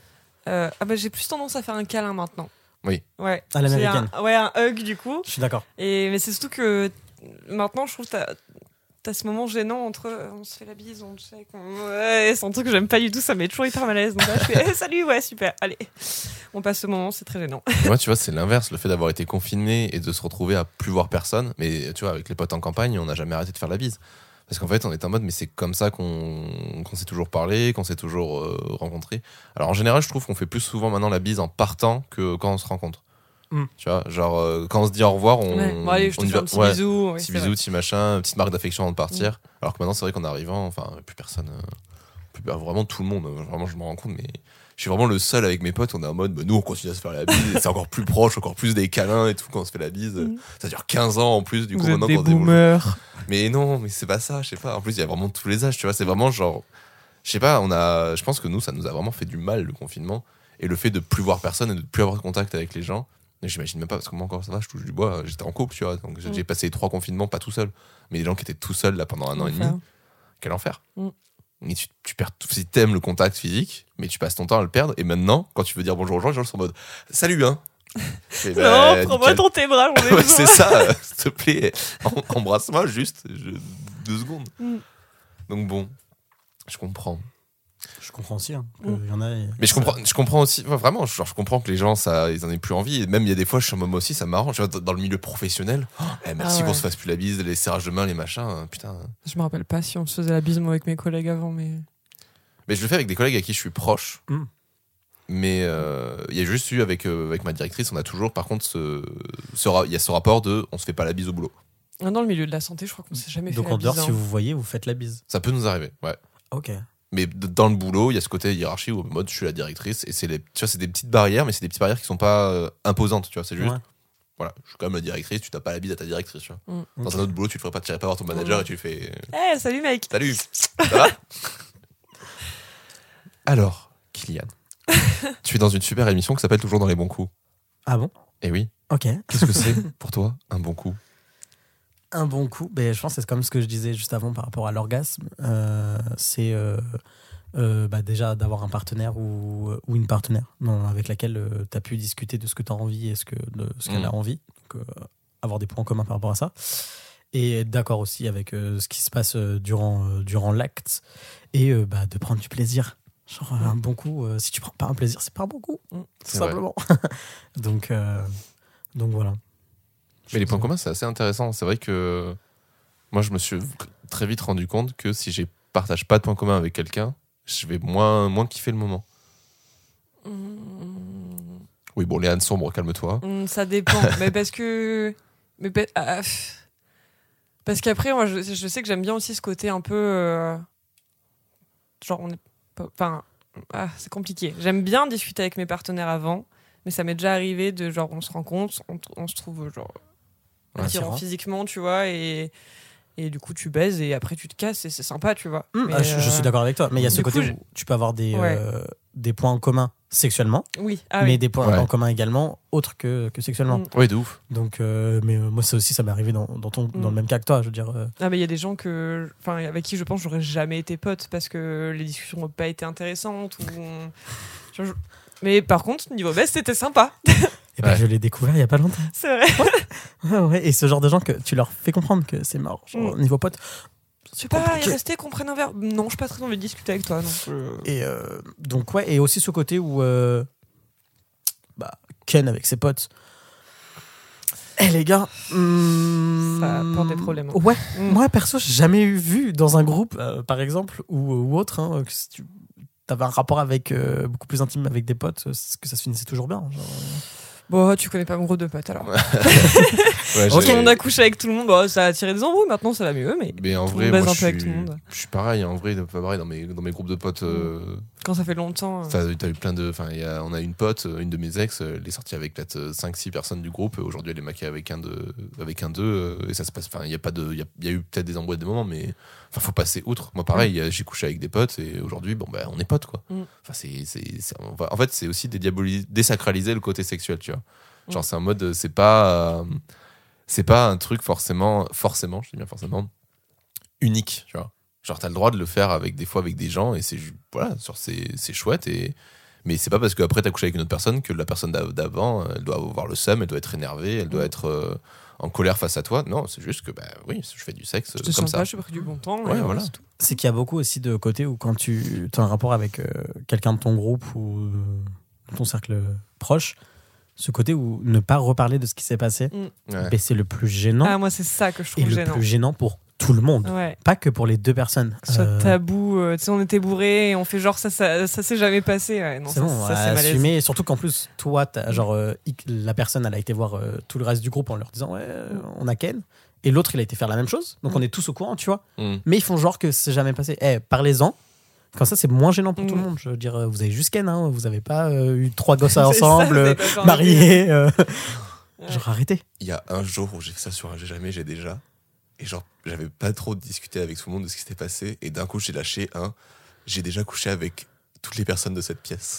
j'ai plus tendance à faire un câlin maintenant. Oui. Ouais. À l'américaine. Un hug du coup. Je suis d'accord. Mais c'est surtout que maintenant, je trouve que t'as ce moment gênant entre on se fait la bise, on check. Ouais, c'est un truc que j'aime pas du tout, ça met toujours hyper mal à l'aise. Donc là, je fais salut, ouais, super, allez. On passe ce moment, c'est très gênant. moi, tu vois, c'est l'inverse. Le fait d'avoir été confiné et de se retrouver à plus voir personne. Mais tu vois, avec les potes en campagne, on n'a jamais arrêté de faire la bise. Parce qu'en fait, on est en mode, mais c'est comme ça qu'on s'est toujours parlé, qu'on s'est toujours rencontré. Alors en général, je trouve qu'on fait plus souvent maintenant la bise en partant que quand on se rencontre. Tu vois, genre quand on se dit au revoir, Bon, allez, je te on y fais va. un petit bisou. Petit bisou, petit machin, petite marque d'affection avant de partir. Alors que maintenant, c'est vrai qu'en arrivant, enfin, plus personne, vraiment tout le monde. Vraiment, je me rends compte, mais je suis vraiment le seul avec mes potes. On est en mode, nous, on continue à se faire la bise. Et c'est encore plus proche, encore plus des câlins et tout quand on se fait la bise. Ça dure 15 ans en plus, du coup, Vous êtes maintenant des qu'on se dit bonjour. boomers. Mais non, mais c'est pas ça, je sais pas. En plus, il y a vraiment tous les âges, tu vois. C'est vraiment genre, je sais pas, je pense que nous, ça nous a vraiment fait du mal, le confinement. Et le fait de plus voir personne et de plus avoir de contact avec les gens. Mais j'imagine même pas, parce que moi encore ça va, je touche du bois, j'étais en couple, tu vois, donc j'ai passé 3 confinements pas tout seul. Mais les gens qui étaient tout seuls là pendant 1 an et demi, quel enfer. Et tu perds tout, si t'aimes le contact physique, mais tu passes ton temps à le perdre. Et maintenant, quand tu veux dire bonjour aux gens, les gens sont en mode salut, hein. Et Non, prends-moi dans tes bras, j'en ai ouais, besoin. c'est ça, s'il te plaît, embrasse-moi juste 2 secondes. Donc bon, je comprends. Je comprends aussi. Hein, y en a, Mais je comprends aussi, vraiment, genre, je comprends que les gens, ils en aient plus envie. Et même, il y a des fois, je suis en mode, moi aussi, ça m'arrange. Tu vois, dans le milieu professionnel, merci qu'on se fasse plus la bise, les serrages de main, les machins, putain. Je me rappelle pas si on se faisait la bise, moi, avec mes collègues avant, mais. Mais je le fais avec des collègues à qui je suis proche. Mais il y a juste eu avec ma directrice, on a toujours, par contre, il y a ce rapport de on se fait pas la bise au boulot. Dans le milieu de la santé, je crois qu'on s'est jamais fait Donc la en bise. dehors, si vous voyez, vous faites la bise. Ça peut nous arriver, ouais. Ok. Mais dans le boulot, il y a ce côté hiérarchie où en mode je suis la directrice et tu vois, c'est des petites barrières, mais c'est des petites barrières qui sont pas imposantes, tu vois, c'est juste. Ouais. Voilà, je suis quand même la directrice, tu tapes pas la bise à ta directrice, tu vois. Dans un autre boulot, tu le ferais pas, tu irais pas voir ton manager et tu lui fais salut mec. salut, ça va. Alors, Kylian, tu es dans une super émission qui s'appelle Toujours dans les bons coups. Ah bon? Et oui, Ok. qu'est-ce que c'est pour toi un bon coup? Un bon coup, je pense que c'est comme ce que je disais juste avant par rapport à l'orgasme. C'est déjà d'avoir un partenaire ou une partenaire avec laquelle tu as pu discuter de ce que tu as envie et de ce qu'elle a envie. Donc, avoir des points communs par rapport à ça. Et être d'accord aussi avec ce qui se passe durant l'acte. Et de prendre du plaisir. Genre un bon coup, si tu prends pas un plaisir, c'est pas un bon coup. Tout simplement. Donc voilà. Mais les points communs, c'est assez intéressant. C'est vrai que moi, je me suis très vite rendu compte que si je partage pas de points communs avec quelqu'un, je vais moins kiffer le moment. Oui, bon, Léane sombre, calme-toi. Ça dépend. Mais parce que. Parce qu'après, moi, je sais que j'aime bien aussi ce côté un peu. Genre, on est. Enfin. C'est compliqué. J'aime bien discuter avec mes partenaires avant, mais ça m'est déjà arrivé de genre, on se rencontre, on se trouve genre. Attirant physiquement, tu vois, et du coup tu baises et après tu te casses et c'est sympa, tu vois. Je suis d'accord avec toi, mais il y a ce côté où tu peux avoir des points en commun sexuellement, mais des points en commun également autres que sexuellement. Oui, de ouf. Donc, mais moi ça aussi, ça m'est arrivé dans le même cas que toi, je veux dire. Mais il y a des gens avec qui je pense j'aurais jamais été pote parce que les discussions n'ont pas été intéressantes mais par contre niveau baisse c'était sympa. Et je l'ai découvert il y a pas longtemps. C'est vrai. Ouais. Et ce genre de gens que tu leur fais comprendre que c'est mort, genre, niveau pote. C'est pas rester qu'on prenne un verre. Non, je suis pas très envie de discuter avec toi. Non. Et donc et aussi ce côté où Ken avec ses potes. Les gars, ça apporte des problèmes. Hein. Ouais. Moi perso, j'ai jamais vu dans un groupe, par exemple ou autre, que si tu avais un rapport avec beaucoup plus intime avec des potes, que ça se finissait toujours bien. Genre. Bon, tu connais pas mon groupe de potes alors. Ouais, Tout le monde a couché avec tout le monde, bon, ça a attiré des embrouilles, maintenant ça va mieux, mais en tout vrai, le monde baise moi, un peu avec tout le monde. je suis pareil, en vrai, pas pareil dans mes groupes de potes. Quand ça fait longtemps. T'as eu plein de. Enfin, on a une pote, une de mes ex, elle est sortie avec peut-être 5-6 personnes du groupe. Aujourd'hui, elle est maquée avec un d'eux, et ça se passe. Enfin, il y a eu peut-être des embrouilles à des moments, mais enfin, faut passer outre. Moi, pareil, j'ai couché avec des potes, et aujourd'hui, bon, on est potes, quoi. Enfin, en fait, c'est aussi désacraliser le côté sexuel, tu vois. Genre, c'est un mode, c'est pas un truc forcément, je dis bien forcément, unique, tu vois. Genre, t'as le droit de le faire des fois avec des gens, et c'est chouette, mais c'est pas parce qu'après t'as couché avec une autre personne que la personne d'avant, elle doit avoir le seum, elle doit être énervée, elle doit être en colère face à toi. Non, c'est juste que, oui, je fais du sexe comme ça. J'ai pris du bon temps. Ouais, voilà. C'est qu'il y a beaucoup aussi de côtés où quand tu as un rapport avec quelqu'un de ton groupe ou de ton cercle proche, ce côté où ne pas reparler de ce qui s'est passé, Ouais. c'est le plus gênant. Ah, moi, c'est ça que je trouve et le gênant. plus gênant pour tout le monde. Ouais. Pas que pour les deux personnes. Soit tabou, tu sais, on était bourrés et on fait genre ça s'est jamais passé. Ouais, non, c'est bon, ça c'est malaise. assumer. Surtout qu'en plus, toi, la personne, elle a été voir tout le reste du groupe en leur disant on a Ken. Et l'autre, il a été faire la même chose. Donc on est tous au courant, tu vois. Mais ils font genre que c'est jamais passé. Parlez-en. Comme ça, c'est moins gênant pour tout le monde. Je veux dire, vous avez juste Ken, hein, vous avez pas eu 3 gosses ensemble, mariés. Genre, arrêtez. Il y a un jour où j'ai fait ça sur un j'ai déjà. Et genre, j'avais pas trop discuté avec tout le monde de ce qui s'était passé. Et d'un coup, j'ai lâché j'ai déjà couché avec toutes les personnes de cette pièce.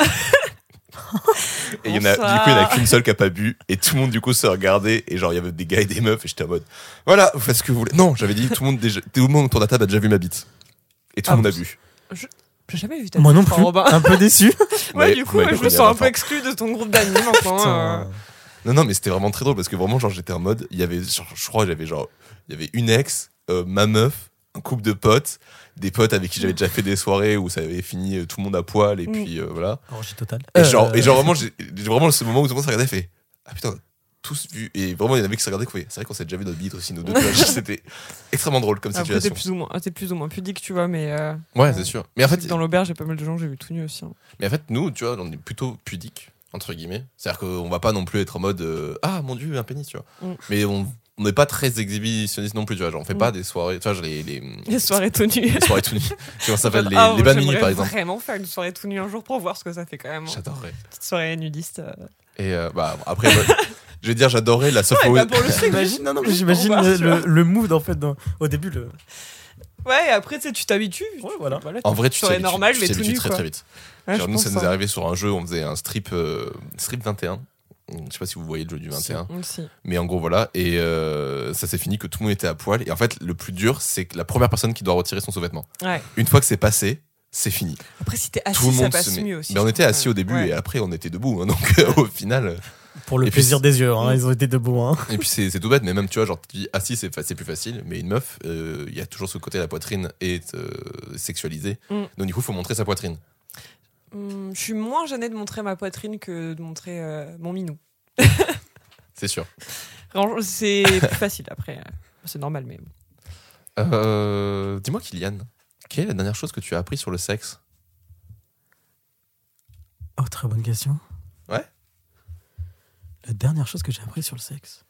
Et du coup, il y en a qu'une seule qui a pas bu. Et tout le monde, du coup, se regardait. Et genre, il y avait des gars et des meufs. Et j'étais en mode, voilà, vous faites ce que vous voulez. Non, j'avais dit, tout le monde autour de la table a déjà vu ma bite. Et tout le monde a bu. J'ai jamais vu ta Moi bite, non plus, Robin. un peu déçu. Ouais, du coup, je me sens un peu exclu de ton groupe d'amis maintenant. Non, mais c'était vraiment très drôle parce que vraiment, genre, j'étais en mode, il y avait, genre, je crois, il y avait une ex, ma meuf, un couple de potes, des potes avec qui j'avais déjà fait des soirées où ça avait fini tout le monde à poil et puis voilà. Orgie totale. Et genre vraiment, j'ai vraiment ce moment où tout le monde s'est regardé et fait, ah putain, tous vu. Et vraiment, il y en avait qui se regardaient, c'est vrai qu'on s'est déjà vu notre bite aussi, nous deux. C'était extrêmement drôle comme situation. T'es plus ou moins pudique, tu vois, mais. Ouais, c'est sûr. Mais en fait, dans l'auberge, j'ai pas mal de gens que j'ai vu tout nu aussi. Mais en fait, nous, tu vois, on est plutôt pudiques, entre guillemets. C'est-à-dire qu'on va pas non plus être en mode ah mon dieu, un pénis, tu vois. Mais on n'est pas très exhibitionniste non plus, tu vois. Genre, on fait pas des soirées, tu vois, les soirées tout nues. Les soirées tout nues. Comment ça s'appelle les bannis, par exemple. J'aimerais vraiment faire une soirée tout nue un jour pour voir ce que ça fait quand même. J'adorerais. Petite soirée nudiste. Et après, je vais dire, j'adorais la soft pour le sexe, j'imagine le mood en fait au début. Ouais, et après tu t'habitues. Ouais, voilà. En vrai, tu t'habitues normal, mais tout nu, très vite. Ouais, genre, nous, ça nous est arrivé sur un jeu, on faisait un strip 21. Je sais pas si vous voyez le jeu du 21. Si. Mais en gros, voilà. Et ça s'est fini que tout le monde était à poil. Et en fait, le plus dur, c'est que la première personne qui doit retirer son sous-vêtement. Ouais. Une fois que c'est passé, c'est fini. Après, si t'es assis, tout le monde ça passe mieux aussi. Mais on était assis au début et après, on était debout. Hein, donc, au final. Pour le plaisir des yeux, hein, ils ont été debout. Hein. Et puis, c'est tout bête. Mais même, tu vois, genre, tu dis assis, c'est plus facile. Mais une meuf, il y a toujours ce côté, la poitrine est sexualisée. Donc, du coup, il faut montrer sa poitrine. Je suis moins gênée de montrer ma poitrine que de montrer mon minou. C'est sûr. C'est plus facile après. C'est normal, mais. Dis-moi, Kylian, quelle est la dernière chose que tu as appris sur le sexe? Oh, très bonne question. Ouais. La dernière chose que j'ai appris sur le sexe.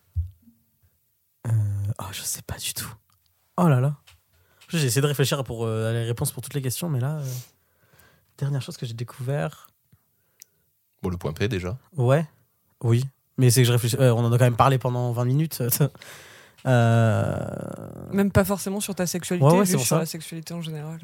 Je sais pas du tout. Oh là là. J'ai essayé de réfléchir pour les réponses pour toutes les questions, mais là, dernière chose que j'ai découvert. Bon, le point P déjà. Ouais. Oui. Mais c'est que je réfléchis. On en a quand même parlé pendant 20 minutes. Même pas forcément sur ta sexualité, ouais, juste sur ça. la sexualité en général.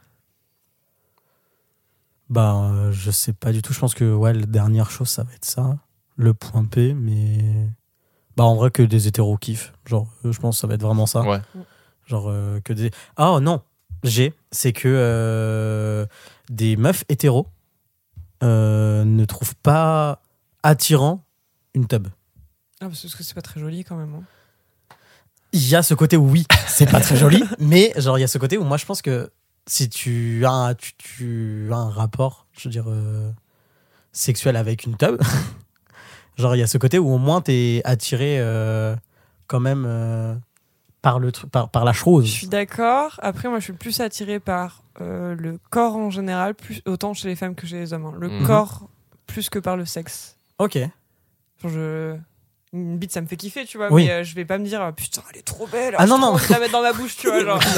Je sais pas du tout. Je pense que la dernière chose, ça va être ça. Le point P, mais. En vrai, que des hétéros kiffent. Genre, je pense que ça va être vraiment ça. Ouais. Genre, que des. Ah non, c'est que des meufs hétéros ne trouvent pas attirant une tub. Ah, parce que c'est pas très joli quand même. Hein. Il y a ce côté où oui, c'est pas très joli, mais genre il y a ce côté où moi je pense que si tu as un rapport, je veux dire sexuel avec une tub, genre il y a ce côté où au moins t'es attiré quand même par par la chose. Je suis d'accord. Après moi je suis plus attirée par le corps en général, autant chez les femmes que chez les hommes. Hein. Le corps plus que par le sexe. Ok. Une bite, ça me fait kiffer, tu vois, Oui. mais je vais pas me dire putain, elle est trop belle. Ah non, j'ai non. trop envie de la mettre dans ma bouche, tu vois, genre.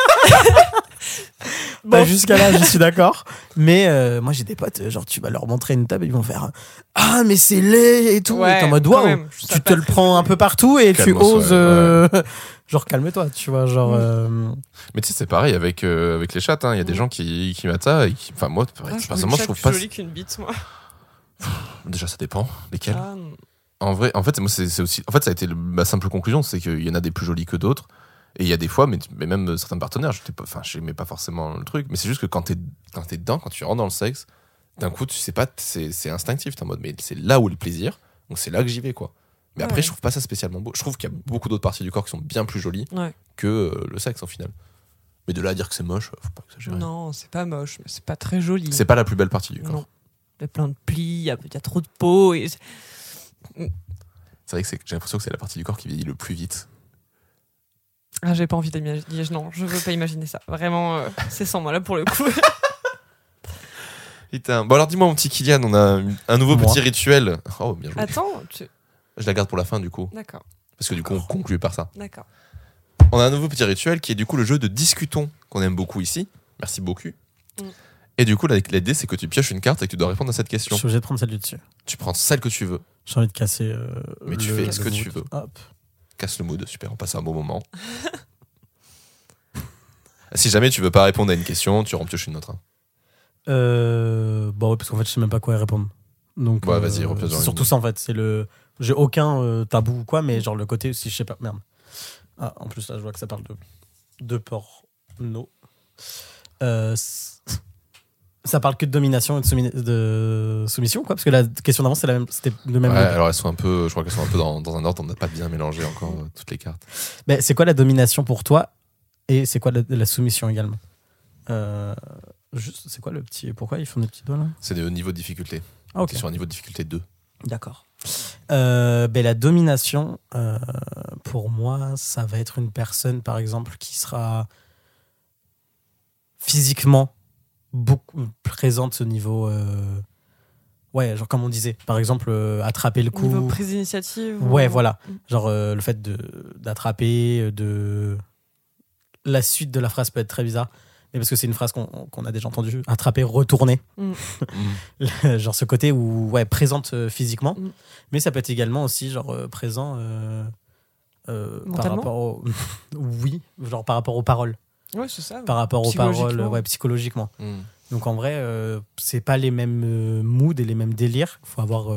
Bah, jusqu'à là, je suis d'accord. Mais moi, j'ai des potes, genre, tu vas leur montrer une table, ils vont faire ah, mais c'est laid et tout. Ouais, et t'es en mode quand waouh, même, je tu trouve te ça le pas prends très un peu partout et tu Calmos, oses. ouais. Genre, calme-toi, tu vois. Genre. Mais tu sais, c'est pareil avec les chats. Il y a des gens qui mettent ça. Enfin, moi, personnellement, je trouve pas. plus jolie qu'une bite, moi. Déjà, ça dépend. Lesquelles Ah, non. En vrai, en fait, moi, c'est aussi. En fait, ça a été ma simple conclusion, c'est qu'il y en a des plus jolies que d'autres. Et il y a des fois, mais même certains partenaires, j'aimais pas forcément le truc. Mais c'est juste que quand t'es dedans, quand tu rentres dans le sexe, d'un coup, tu sais pas, c'est instinctif. T'es en mode, mais c'est là où est le plaisir. Donc c'est là que j'y vais, quoi. Mais après, je trouve pas ça spécialement beau. Je trouve qu'il y a beaucoup d'autres parties du corps qui sont bien plus jolies que le sexe, au final. Mais de là à dire que c'est moche, faut pas exagérer. Non, c'est pas moche, mais c'est pas très joli. C'est pas la plus belle partie du corps. Non. Il y a plein de plis, il y a trop de peau. Et... C'est vrai que j'ai l'impression que c'est la partie du corps qui vieillit le plus vite. Ah, j'ai pas envie d'imaginer. Non, je veux pas imaginer ça. Vraiment, c'est sans moi là pour le coup. Putain. Bon, alors dis-moi, mon petit Kylian, on a un nouveau petit rituel. Oh, bien joué. Attends, Je la garde pour la fin, du coup. D'accord. Parce que du coup, on conclut par ça. D'accord. On a un nouveau petit rituel qui est du coup le jeu de Discutons, qu'on aime beaucoup ici. Merci beaucoup. Mm. Et du coup, l'idée, c'est que tu pioches une carte et que tu dois répondre à cette Je question. suis obligé de prendre celle du dessus. Tu prends celle que tu veux. J'ai envie de casser. Mais tu fais ce que tu veux. Hop. Casse le mood, super, on passe un bon moment. Si jamais tu veux pas répondre à une question, tu repioches une autre. Hein. Bon, ouais, parce qu'en fait, je sais même pas quoi y répondre. Donc, Ouais, vas-y, repioche dans c'est une. surtout ça en fait. J'ai aucun tabou ou quoi, mais genre le côté aussi, je sais pas. Merde. Ah, en plus, là, je vois que ça parle de porno. Ça parle que de domination et de soumission, quoi, parce que la question d'avant, c'était le même. Ouais, alors je crois qu'elles sont un peu dans un ordre, on n'a pas bien mélangé encore toutes les cartes. Mais c'est quoi la domination pour toi et c'est quoi la soumission également Juste, c'est quoi le petit. Pourquoi ils font des petits doigts là C'est au niveau de difficulté. Ah, ok. C'est sur un niveau de difficulté 2. D'accord. La domination, pour moi, ça va être une personne, par exemple, qui sera physiquement beaucoup présente au niveau... Ouais, genre comme on disait, par exemple, attraper le coup. Niveau prise d'initiative. Ouais, voilà. Genre le fait d'attraper, La suite de la phrase peut être très bizarre. Mais parce que c'est une phrase qu'on a déjà entendue. Attraper, retourner. Genre ce côté où, ouais, présente physiquement. Mais ça peut être également aussi, genre, présent par rapport au... Oui, genre par rapport aux paroles. Ouais, c'est ça. Par rapport aux paroles, ouais, psychologiquement. Donc en vrai, c'est pas les mêmes moods et les mêmes délires. Faut avoir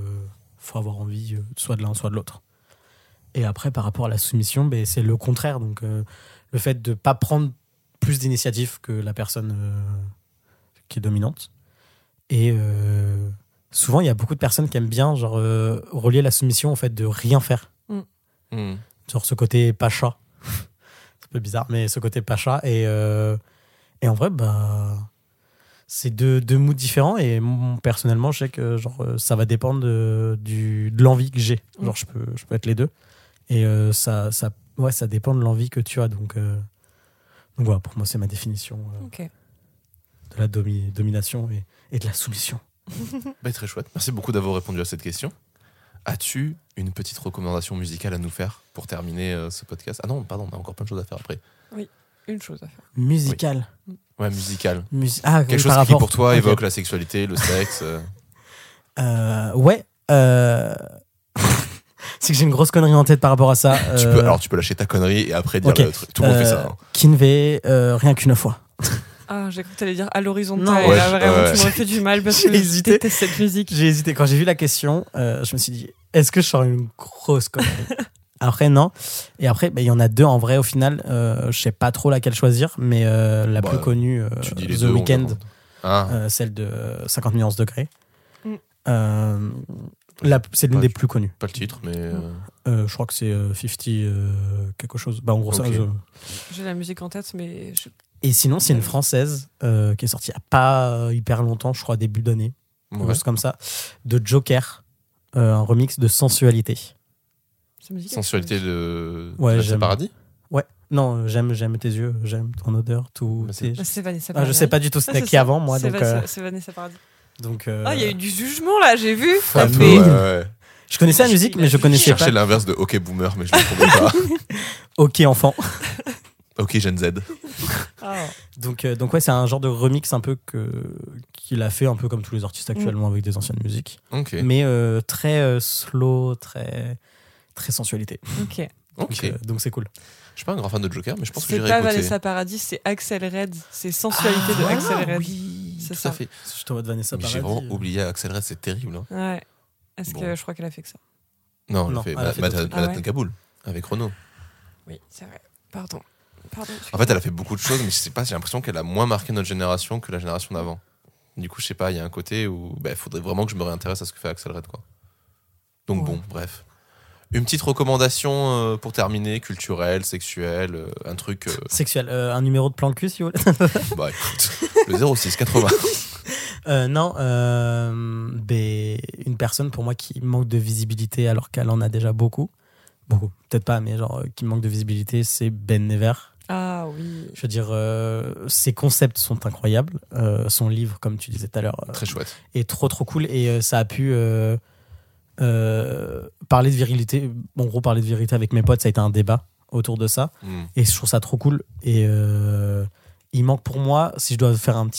envie soit de l'un, soit de l'autre. Et après, par rapport à la soumission, c'est le contraire. Donc le fait de pas prendre plus d'initiative que la personne qui est dominante. Et souvent, il y a beaucoup de personnes qui aiment bien genre, relier la soumission au fait de rien faire. Genre ce côté pacha. C'est un peu bizarre, mais ce côté pacha. Et en vrai, c'est deux moods différents. Et personnellement, je sais que genre, ça va dépendre de l'envie que j'ai. Genre, je peux être les deux. Et ça dépend de l'envie que tu as. Donc voilà, pour moi, c'est ma définition de la domination et de la soumission. Très chouette. Merci beaucoup d'avoir répondu à cette question. As-tu une petite recommandation musicale à nous faire pour terminer ce podcast ? Ah non, pardon, on a encore plein de choses à faire après. Oui, une chose à faire. Musicale. Oui. Ouais, musicale. Quelque chose qui, pour toi, évoque la sexualité, le sexe. Ouais. C'est que j'ai une grosse connerie en tête par rapport à ça. Tu peux lâcher ta connerie et après dire le truc. Tout le monde fait ça. Hein. Kinvey, rien qu'une fois. Ah, j'ai cru que t'allais dire à l'horizontale. Non, et là, vraiment, tu m'as fait du mal parce que je déteste cette musique. J'ai hésité. Quand j'ai vu la question, je me suis dit, est-ce que je sors une grosse connerie ? Après, non. Et après, il y en a deux en vrai au final. Je sais pas trop laquelle choisir, mais la plus connue, The Weeknd, celle de 50 nuances degrés. C'est l'une des plus connues. Pas le titre, mais. Je crois que c'est 50 quelque chose. En gros, ça. J'ai la musique en tête, mais. Et sinon, c'est une française qui est sortie il n'y a pas hyper longtemps, je crois début d'année, quelque chose comme ça, de Joker, un remix de Sensualité. Sensualité de Vanessa Paradis ? Ouais, non, j'aime tes yeux, j'aime ton odeur, tout. C'est Vanessa Paradis. Je sais pas du tout, c'était qui avant moi. C'est Vanessa Paradis. Donc, il y a eu du jugement là, j'ai vu. Ouais. Je connaissais la musique, mais je Je connaissais cherchais pas. l'inverse de OK Boomer, mais je ne le trouvais pas. Ok, enfant. OK Gen Z. Ah. Donc ouais, c'est un genre de remix un peu qu'il a fait un peu comme tous les artistes actuellement avec des anciennes musiques. OK. Mais très slow, très sensualité. Ok. OK. Donc c'est cool. Je suis pas un grand fan de Joker, mais je pense que C'est j'irai pas écouter. Vanessa Paradis, c'est Axel Red. C'est Sensualité de Axel Red. Oui, C'est tout ça. à fait. Je te vois de Vanessa Mais j'ai Paradis. vraiment oublié Axel Red, c'est terrible. Hein. Ouais. Est-ce Bon. que je crois qu'elle a fait que ça? Non, Non, elle elle a a fait fait d'autres trucs. Manhattan Ah ouais. Kaboul avec Renaud. Oui, c'est vrai. Pardon. En fait, elle a fait beaucoup de choses, mais je sais pas, j'ai l'impression qu'elle a moins marqué notre génération que la génération d'avant. Du coup, je sais pas, il y a un côté où il faudrait vraiment que je me réintéresse à ce que fait Axel Red, quoi. Donc Ouais. bon, bref. Une petite recommandation pour terminer, culturelle, sexuelle, un truc... Sexuel. Un numéro de plan de cul, si vous voulez. bah écoute, le 06 80. Non, une personne pour moi qui manque de visibilité alors qu'elle en a déjà beaucoup. Beaucoup, peut-être pas, mais genre qui manque de visibilité, c'est Ben Never. Ah oui. Je veux dire, ses concepts sont incroyables. Son livre, comme tu disais tout à l'heure, Très chouette. est trop cool et ça a pu parler de virilité. En gros, parler de virilité avec mes potes, ça a été un débat autour de ça. Mm. Et je trouve ça trop cool. Et il manque pour moi, si je dois faire une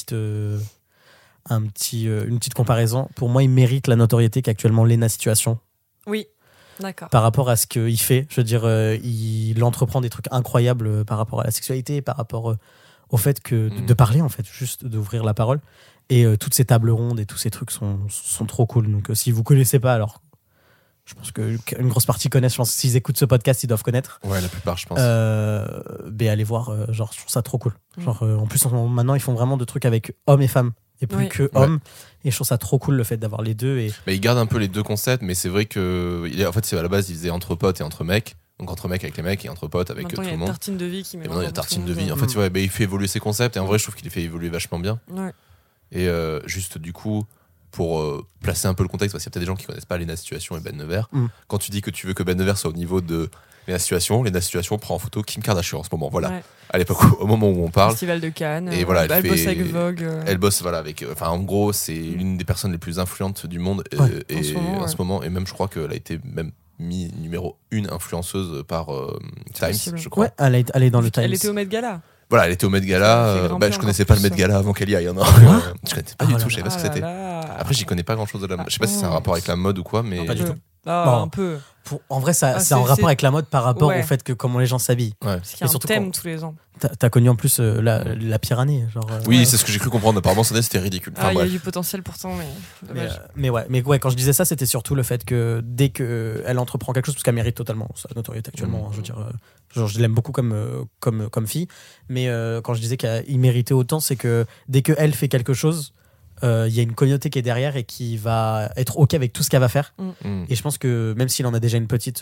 petite comparaison, pour moi, il mérite la notoriété qu'actuellement Lena Situation Oui. D'accord. par rapport à ce qu'il fait. Je veux dire, il entreprend des trucs incroyables par rapport à la sexualité, par rapport au fait que de parler, en fait, juste d'ouvrir la parole. Et toutes ces tables rondes et tous ces trucs sont trop cool. Donc, si vous connaissez pas, alors je pense qu'une grosse partie connaissent. Je pense que s'ils écoutent ce podcast, ils doivent connaître. Ouais, la plupart, je pense. Allez voir, genre, je trouve ça trop cool. Genre, en plus, maintenant, ils font vraiment de trucs avec hommes et femmes. Et plus Oui. que hommes. Et je trouve ça trop cool le fait d'avoir les deux. Et Mais il garde un peu les deux concepts, mais c'est vrai que en fait, c'est à la base, il faisait entre potes et entre mecs. Donc entre mecs avec les mecs et entre potes avec Maintenant, tout il y le a monde. Tartine de vie qui met. Et maintenant, il y a Tartine de vie. En fait. fait, il fait évoluer ses concepts. Et en vrai, je trouve qu'il les fait évoluer vachement bien. Ouais. Et juste du coup, pour placer un peu le contexte, parce qu'il y a peut-être des gens qui connaissent pas Lena Situation et Ben Nevers. Quand tu dis que tu veux que Ben Nevers soit au niveau de Lena Situation prend en photo Kim Kardashian en ce moment. Voilà. Ouais. À l'époque, au moment où on parle. Festival de Cannes. Et voilà, elle bosse avec Vogue. Elle bosse voilà avec. Enfin, en gros, c'est l'une des personnes les plus influentes du monde Ouais, en ce moment. Et même, je crois qu'elle a été même mis numéro 1 influenceuse par Times, possible. je crois. ouais, elle est dans le Times. Elle était au Met Gala. Voilà, elle était au Met Ça Gala. fait grimper Je connaissais encore pas le plus, Met Gala avant qu'elle y aille. Hein, non. Je connaissais pas Oh du là tout, je savais pas ce que Ah là c'était. là. Après, j'y connais pas grand chose de la mode. Je sais pas si c'est un rapport avec la mode ou quoi, mais. Non, pas du tout. Ah, Bon. un peu. En vrai, c'est c'est- en rapport c'est- avec la mode par rapport Ouais. au fait que comment les gens s'habillent. Ouais. Parce qu'il y a Et un surtout thème quand- tous les ans. T'as connu en plus la pire année. Genre, Oui, ouais. c'est ce que j'ai cru comprendre. Apparemment, c'était ridicule. Enfin, Ah, il y a bref. du potentiel pourtant, mais dommage. Mais ouais, quand je disais ça, c'était surtout le fait que dès qu'elle entreprend quelque chose, parce qu'elle mérite totalement sa notoriété actuellement, hein, je veux dire, genre, je l'aime beaucoup comme fille, mais quand je disais qu'il méritait autant, c'est que dès qu'elle fait quelque chose, il y a une communauté qui est derrière et qui va être OK avec tout ce qu'elle va faire. Mm. Et je pense que même s'il en a déjà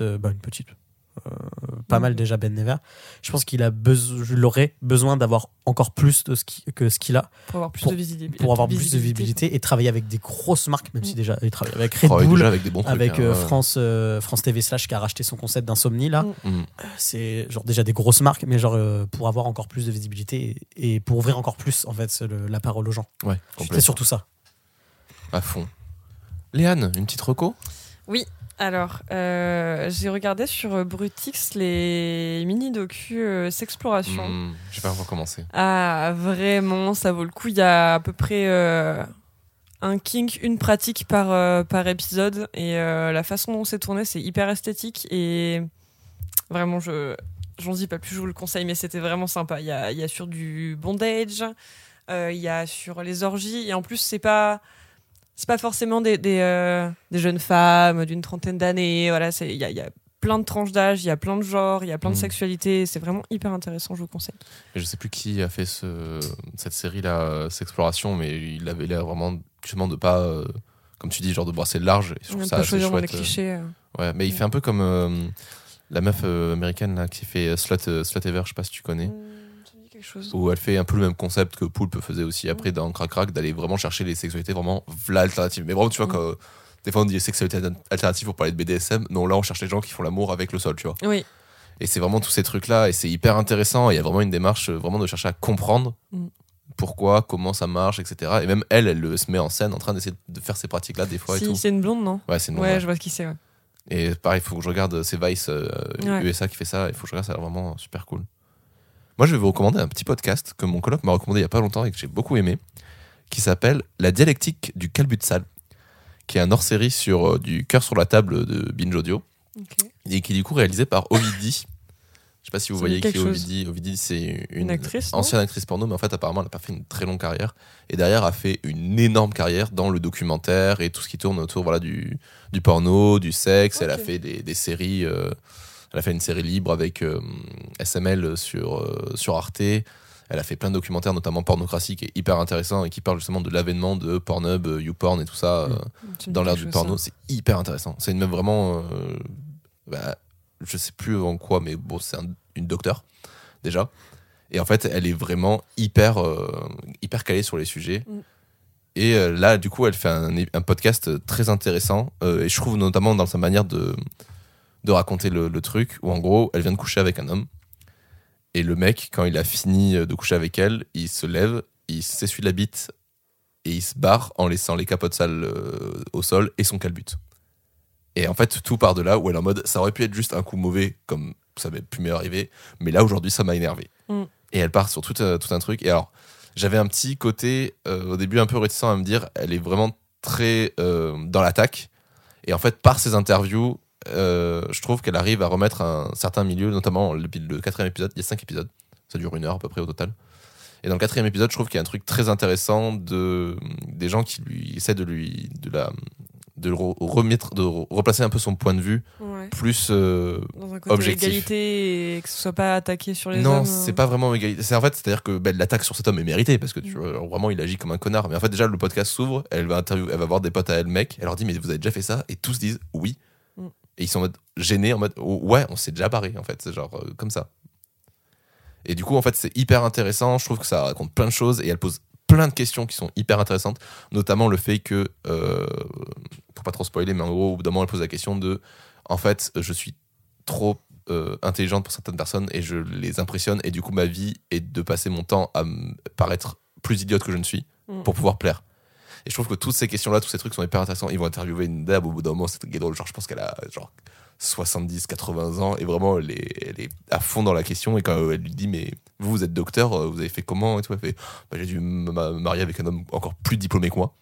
pas mal déjà Ben Never, je pense qu'il aurait besoin d'avoir encore plus que ce qu'il a Pour avoir plus pour- de visibilité. pour avoir plus de visibilité et travailler avec des grosses marques, même si déjà il travaille avec Red Travaille Bull, déjà avec des bons trucs. avec hein, ouais. France TV / qui a racheté son concept d'Insomnie là. Mm. C'est genre déjà des grosses marques, mais genre pour avoir encore plus de visibilité et pour ouvrir encore plus en fait la parole aux gens. Ouais, C'est complètement. surtout ça. À fond. Léane, une petite reco? Oui. Alors, j'ai regardé sur Brutix les mini-docu Sexploration. J'ai pas encore commencé. Ah, vraiment, ça vaut le coup. Il y a à peu près un kink, une pratique par épisode. Et la façon dont c'est tourné, c'est hyper esthétique. Et vraiment, j'en dis pas plus, je vous le conseille, mais c'était vraiment sympa. Il y a sur du bondage, il y a sur les orgies. Et en plus, c'est pas forcément des jeunes femmes d'une trentaine d'années. Voilà, il y a plein de tranches d'âge, il y a plein de genres, il y a plein de sexualités. C'est vraiment hyper intéressant, je vous conseille. Et je sais plus qui a fait cette série-là, Sexploration, mais il avait l'air vraiment justement de pas, comme tu dis, genre de brasser le large. Et je trouve On ça peut assez choisir dans les chouette. clichés. Ouais, mais il fait un peu comme la meuf américaine là, qui fait Slutever, je sais pas si tu connais. Ça me dit quelque chose. Où elle fait un peu le même concept que Poulpe faisait aussi après dans Crac Crac, d'aller vraiment chercher les sexualités vraiment alternatives. Mais vraiment, tu vois, quand des fois on dit sexualité alternative pour parler de BDSM, non, là on cherche les gens qui font l'amour avec le sol, tu vois. Oui. Et c'est vraiment tous ces trucs-là, et c'est hyper intéressant. Il y a vraiment une démarche vraiment de chercher à comprendre pourquoi, comment ça marche, etc. Et même elle se met en scène en train d'essayer de faire ces pratiques-là des fois et Si, tout. c'est une blonde, non? Ouais, c'est Ouais, je vois ce qui c'est. Ouais. Et pareil, il faut que je regarde, c'est Vice Ouais. USA qui fait ça, il faut que je regarde, ça a l'air vraiment super cool. Moi, je vais vous recommander un petit podcast que mon coloc m'a recommandé il y a pas longtemps et que j'ai beaucoup aimé, qui s'appelle La dialectique du calbut-sale, qui est un hors-série sur du cœur sur la table de Binge Audio, Ok. et qui est du coup réalisé par Ovidie. Je sais pas si vous Ça me voyez dit qui est quelque chose. Ovidie. Ovidie, c'est Une actrice, non ancienne actrice porno, mais en fait, apparemment, elle n'a pas fait une très longue carrière. Et derrière, a fait une énorme carrière dans le documentaire et tout ce qui tourne autour voilà, du porno, du sexe. Ok. Elle a fait des séries. Elle a fait une série libre avec SML sur Arte. Elle a fait plein de documentaires, notamment Pornocratie, qui est hyper intéressant et qui parle justement de l'avènement de Pornhub, YouPorn et tout ça Tu me dans dis l'ère quelque du chose, porno. ça. C'est hyper intéressant. C'est une meuf vraiment. Je sais plus en quoi, mais bon, c'est une docteure, déjà. Et en fait, elle est vraiment hyper calée sur les sujets. Mm. Et là, du coup, elle fait un podcast très intéressant. Et je trouve notamment dans sa manière de raconter le truc, où en gros, elle vient de coucher avec un homme. Et le mec, quand il a fini de coucher avec elle, il se lève, il s'essuie la bite et il se barre en laissant les capotes sales au sol et son calbut. Et en fait, tout part de là où elle est en mode ça aurait pu être juste un coup mauvais, comme ça m'est pu mieux arriver, mais là aujourd'hui ça m'a énervé. Mm. Et elle part sur tout un truc. Et alors, j'avais un petit côté au début un peu réticent à me dire elle est vraiment très dans l'attaque. Et en fait, par ses interviews, je trouve qu'elle arrive à remettre un certain milieu, notamment le 4e épisode. Il y a 5 épisodes, ça dure 1 heure à peu près au total. Et dans le 4e épisode, je trouve qu'il y a un truc très intéressant des gens qui lui essaient de replacer un peu son point de vue Ouais. plus Dans un côté objectif. égalité et que ce soit pas attaqué sur les non, hommes. c'est pas vraiment égalité. C'est-à-dire que l'attaque sur cet homme est méritée parce que vraiment il agit comme un connard. Mais en fait, déjà, le podcast s'ouvre, elle va voir des potes à elle, mec, elle leur dit mais vous avez déjà fait ça? Et tous disent oui. Mm. Et ils sont en mode gênés, en mode oh, ouais, on s'est déjà barré en fait. C'est genre comme ça. Et du coup, en fait, c'est hyper intéressant. Je trouve que ça raconte plein de choses et elle pose plein de questions qui sont hyper intéressantes, notamment le fait que, pour pas trop spoiler, mais en gros, au bout d'un moment, elle pose la question de en fait, je suis trop intelligente pour certaines personnes et je les impressionne, et du coup, ma vie est de passer mon temps à paraître plus idiote que je ne suis pour pouvoir plaire. Et je trouve que toutes ces questions-là, tous ces trucs sont hyper intéressants. Ils vont interviewer une dame au bout d'un moment, c'est drôle. Genre, je pense qu'elle a genre 70, 80 ans et vraiment elle est à fond dans la question. Et quand elle lui dit mais vous êtes docteur, vous avez fait comment et tout, elle fait bah, j'ai dû me marier avec un homme encore plus diplômé que moi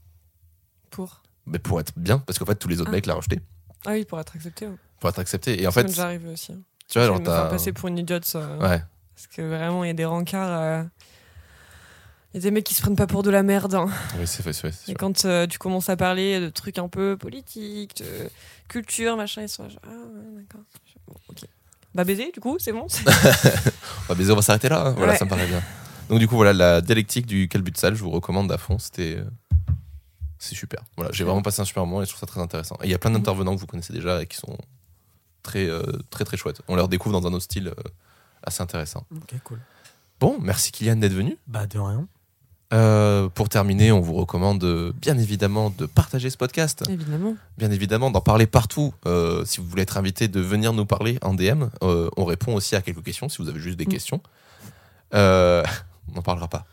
mais pour être bien, parce qu'en fait tous les autres mecs l'ont rejeté Ah oui, pour être accepté. Ouais. pour être accepté. Et en Ça fait m'est déjà arrivé aussi. Hein. tu vois Je genre vais me faire t'as passer pour une idiote, ça. ouais Parce que vraiment, il y a des rencarts. Il y a des mecs qui se prennent pas pour de la merde. Hein. oui c'est Et sûr. quand tu commences à parler de trucs un peu politiques, de culture, machin, ils sont genre, ah ouais, d'accord. Bon, ok. Bah baiser, du coup, c'est bon. Bah, baiser, on va s'arrêter là, hein. Voilà, Ouais. ça me paraît bien. Donc du coup voilà, la dialectique du calbut-sale, je vous recommande à fond. C'est super. Voilà, j'ai vraiment passé un super moment et je trouve ça très intéressant. Et il y a plein d'intervenants que vous connaissez déjà et qui sont très très très chouettes. On leur découvre dans un autre style assez intéressant. Ok, cool. Bon, merci Kylian d'être venu. Bah, de rien. Pour terminer, on vous recommande bien évidemment de partager ce podcast. Évidemment. Bien évidemment, d'en parler partout. Si vous voulez être invité, de venir nous parler en DM. On répond aussi à quelques questions si vous avez juste des questions. On n'en parlera pas.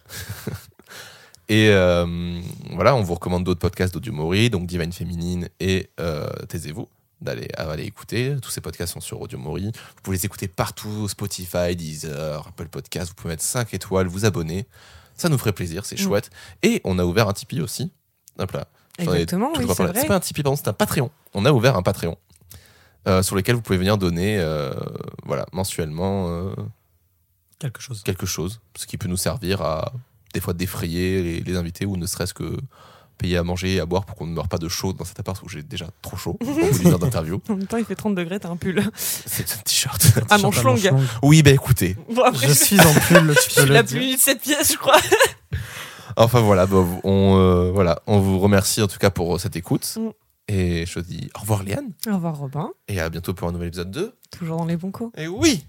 Et voilà, on vous recommande d'autres podcasts d'Audiomori, donc Divine Féminine et Taisez-vous, aller écouter. Tous ces podcasts sont sur Audiomori. Vous pouvez les écouter partout, Spotify, Deezer, Apple Podcasts. Vous pouvez mettre 5 étoiles, vous abonner. Ça nous ferait plaisir, c'est chouette. Et on a ouvert un Tipeee aussi. Hop là. Exactement, oui, c'est vrai. C'est pas un Tipeee, pardon, c'est un Patreon. On a ouvert un Patreon sur lequel vous pouvez venir donner voilà, mensuellement quelque chose, ce qui peut nous servir à des fois défrayer les invités ou ne serait-ce que payer à manger et à boire pour qu'on ne meure pas de chaud dans cet appart où j'ai déjà trop chaud au bout d'une heure d'interview. En même temps, il fait 30 degrés, t'as un pull. C'est un t-shirt. À manches longues. Oui, bah écoutez. Bon, après, Je suis en pull, tu je peux suis le la dire. plus nue de cette pièce, je crois. Enfin voilà, on vous remercie en tout cas pour cette écoute. Et je dis au revoir Léane. Au revoir, Robin. Et à bientôt pour un nouvel épisode 2. Toujours dans les bons coups. Et oui!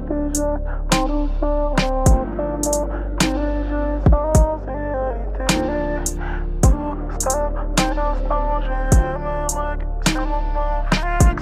En douceur, lentement, dirigé sans réalité.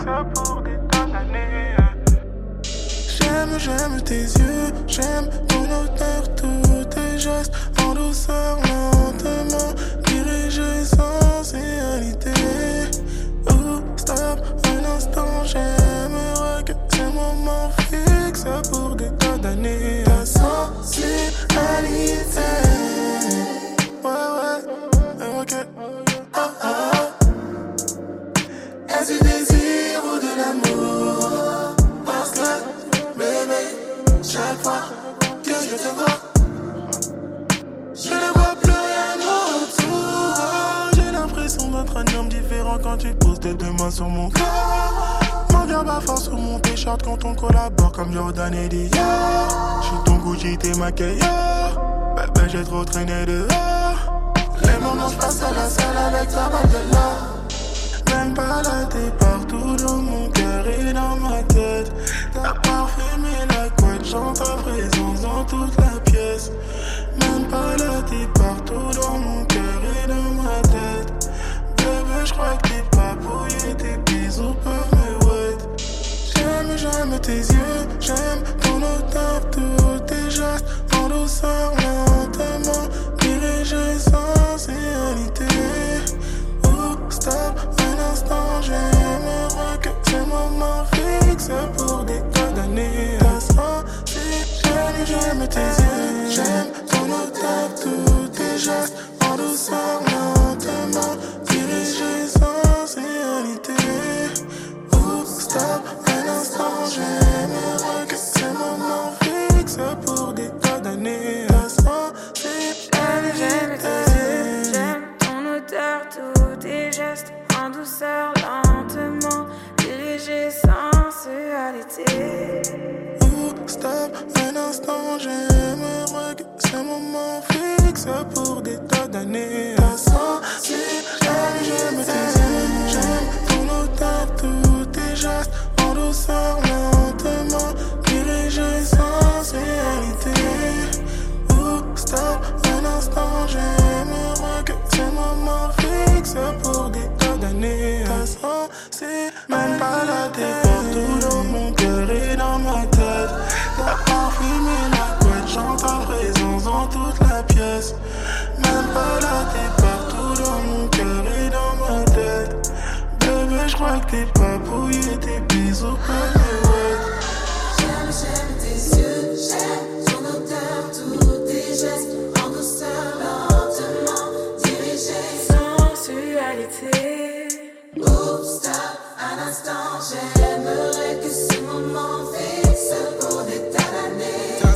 fixe pour des tas d'années. J'aime tes yeux, j'aime ton odeur, tous tes gestes en douceur, lentement dirigés sans réalité. Oh, stop, un instant, j'aimerais que ces moments fixes pour des tas d'années. Ta sensualité, ouais, ok, Est-ce du désir ou de l'amour? Parce que, bébé, chaque fois que je te vois, je ne vois plus rien autour. J'ai l'impression d'être un homme différent quand tu poses tes deux mains sur mon corps. M'en viens pas fort sur mon t-shirt quand on collabore comme Jordan et Dior. J'suis ton Gucci, t'es ma Kaya. Bébé, j'ai trop traîné dehors. Les moments j'passe à la salle avec ta balle de l'or. Même pas là, t'es partout dans mon cœur et dans ma tête. T'as parfumé la couette, chante ta présence dans toute la pièce. Même pas là, t'es partout dans mon cœur et dans ma tête. Bébé, j'crois que t'es pas bouillé, tes bisous peuvent me wet. J'aime tes yeux, j'aime ton odeur, tous tes gestes en douceur, lentement dirigés sans réalité. Stop, un instant, j'aimerais que ces moments fixes pour des tas d'années. Ta sensualité, j'aime tes yeux, j'aime ton odeur, tous tes gestes en douceur, lentement dirigés sans réalité. Stop, un instant, j'aimerais que ces moments fixes pour des tas d'années. Ta sensualité, j'aime tes yeux, j'aime ton odeur, tous tes gestes en douceur, lentement dirigés sans sensualité. Stop, un instant, j'aimerais que ces moments fixes pour des tas d'années. Ta sensualité, j'aime tes yeux, j'aime ton odeur, tous tes gestes en douceur, lentement dirigés sans réalité. Stop, un instant, j'aimerais que ces moments fixes pour des tas d'années. Ta sensualité, même pas là, t'es partout dans mon cœur et dans ma tête. T'as parfumé la couette, chante ta présence dans toute la pièce. Même pas là, t'es partout dans mon cœur et dans ma tête. Bébé, j'crois que t'es pas bouillé, tes bisous peuvent me wet. J'aime tes yeux, j'aime ton odeur, tous tes gestes en douceur, lentement dirigés sans sensualité. Stop, un instant, j'aimerais que ce moment fixe pour des tas d'années.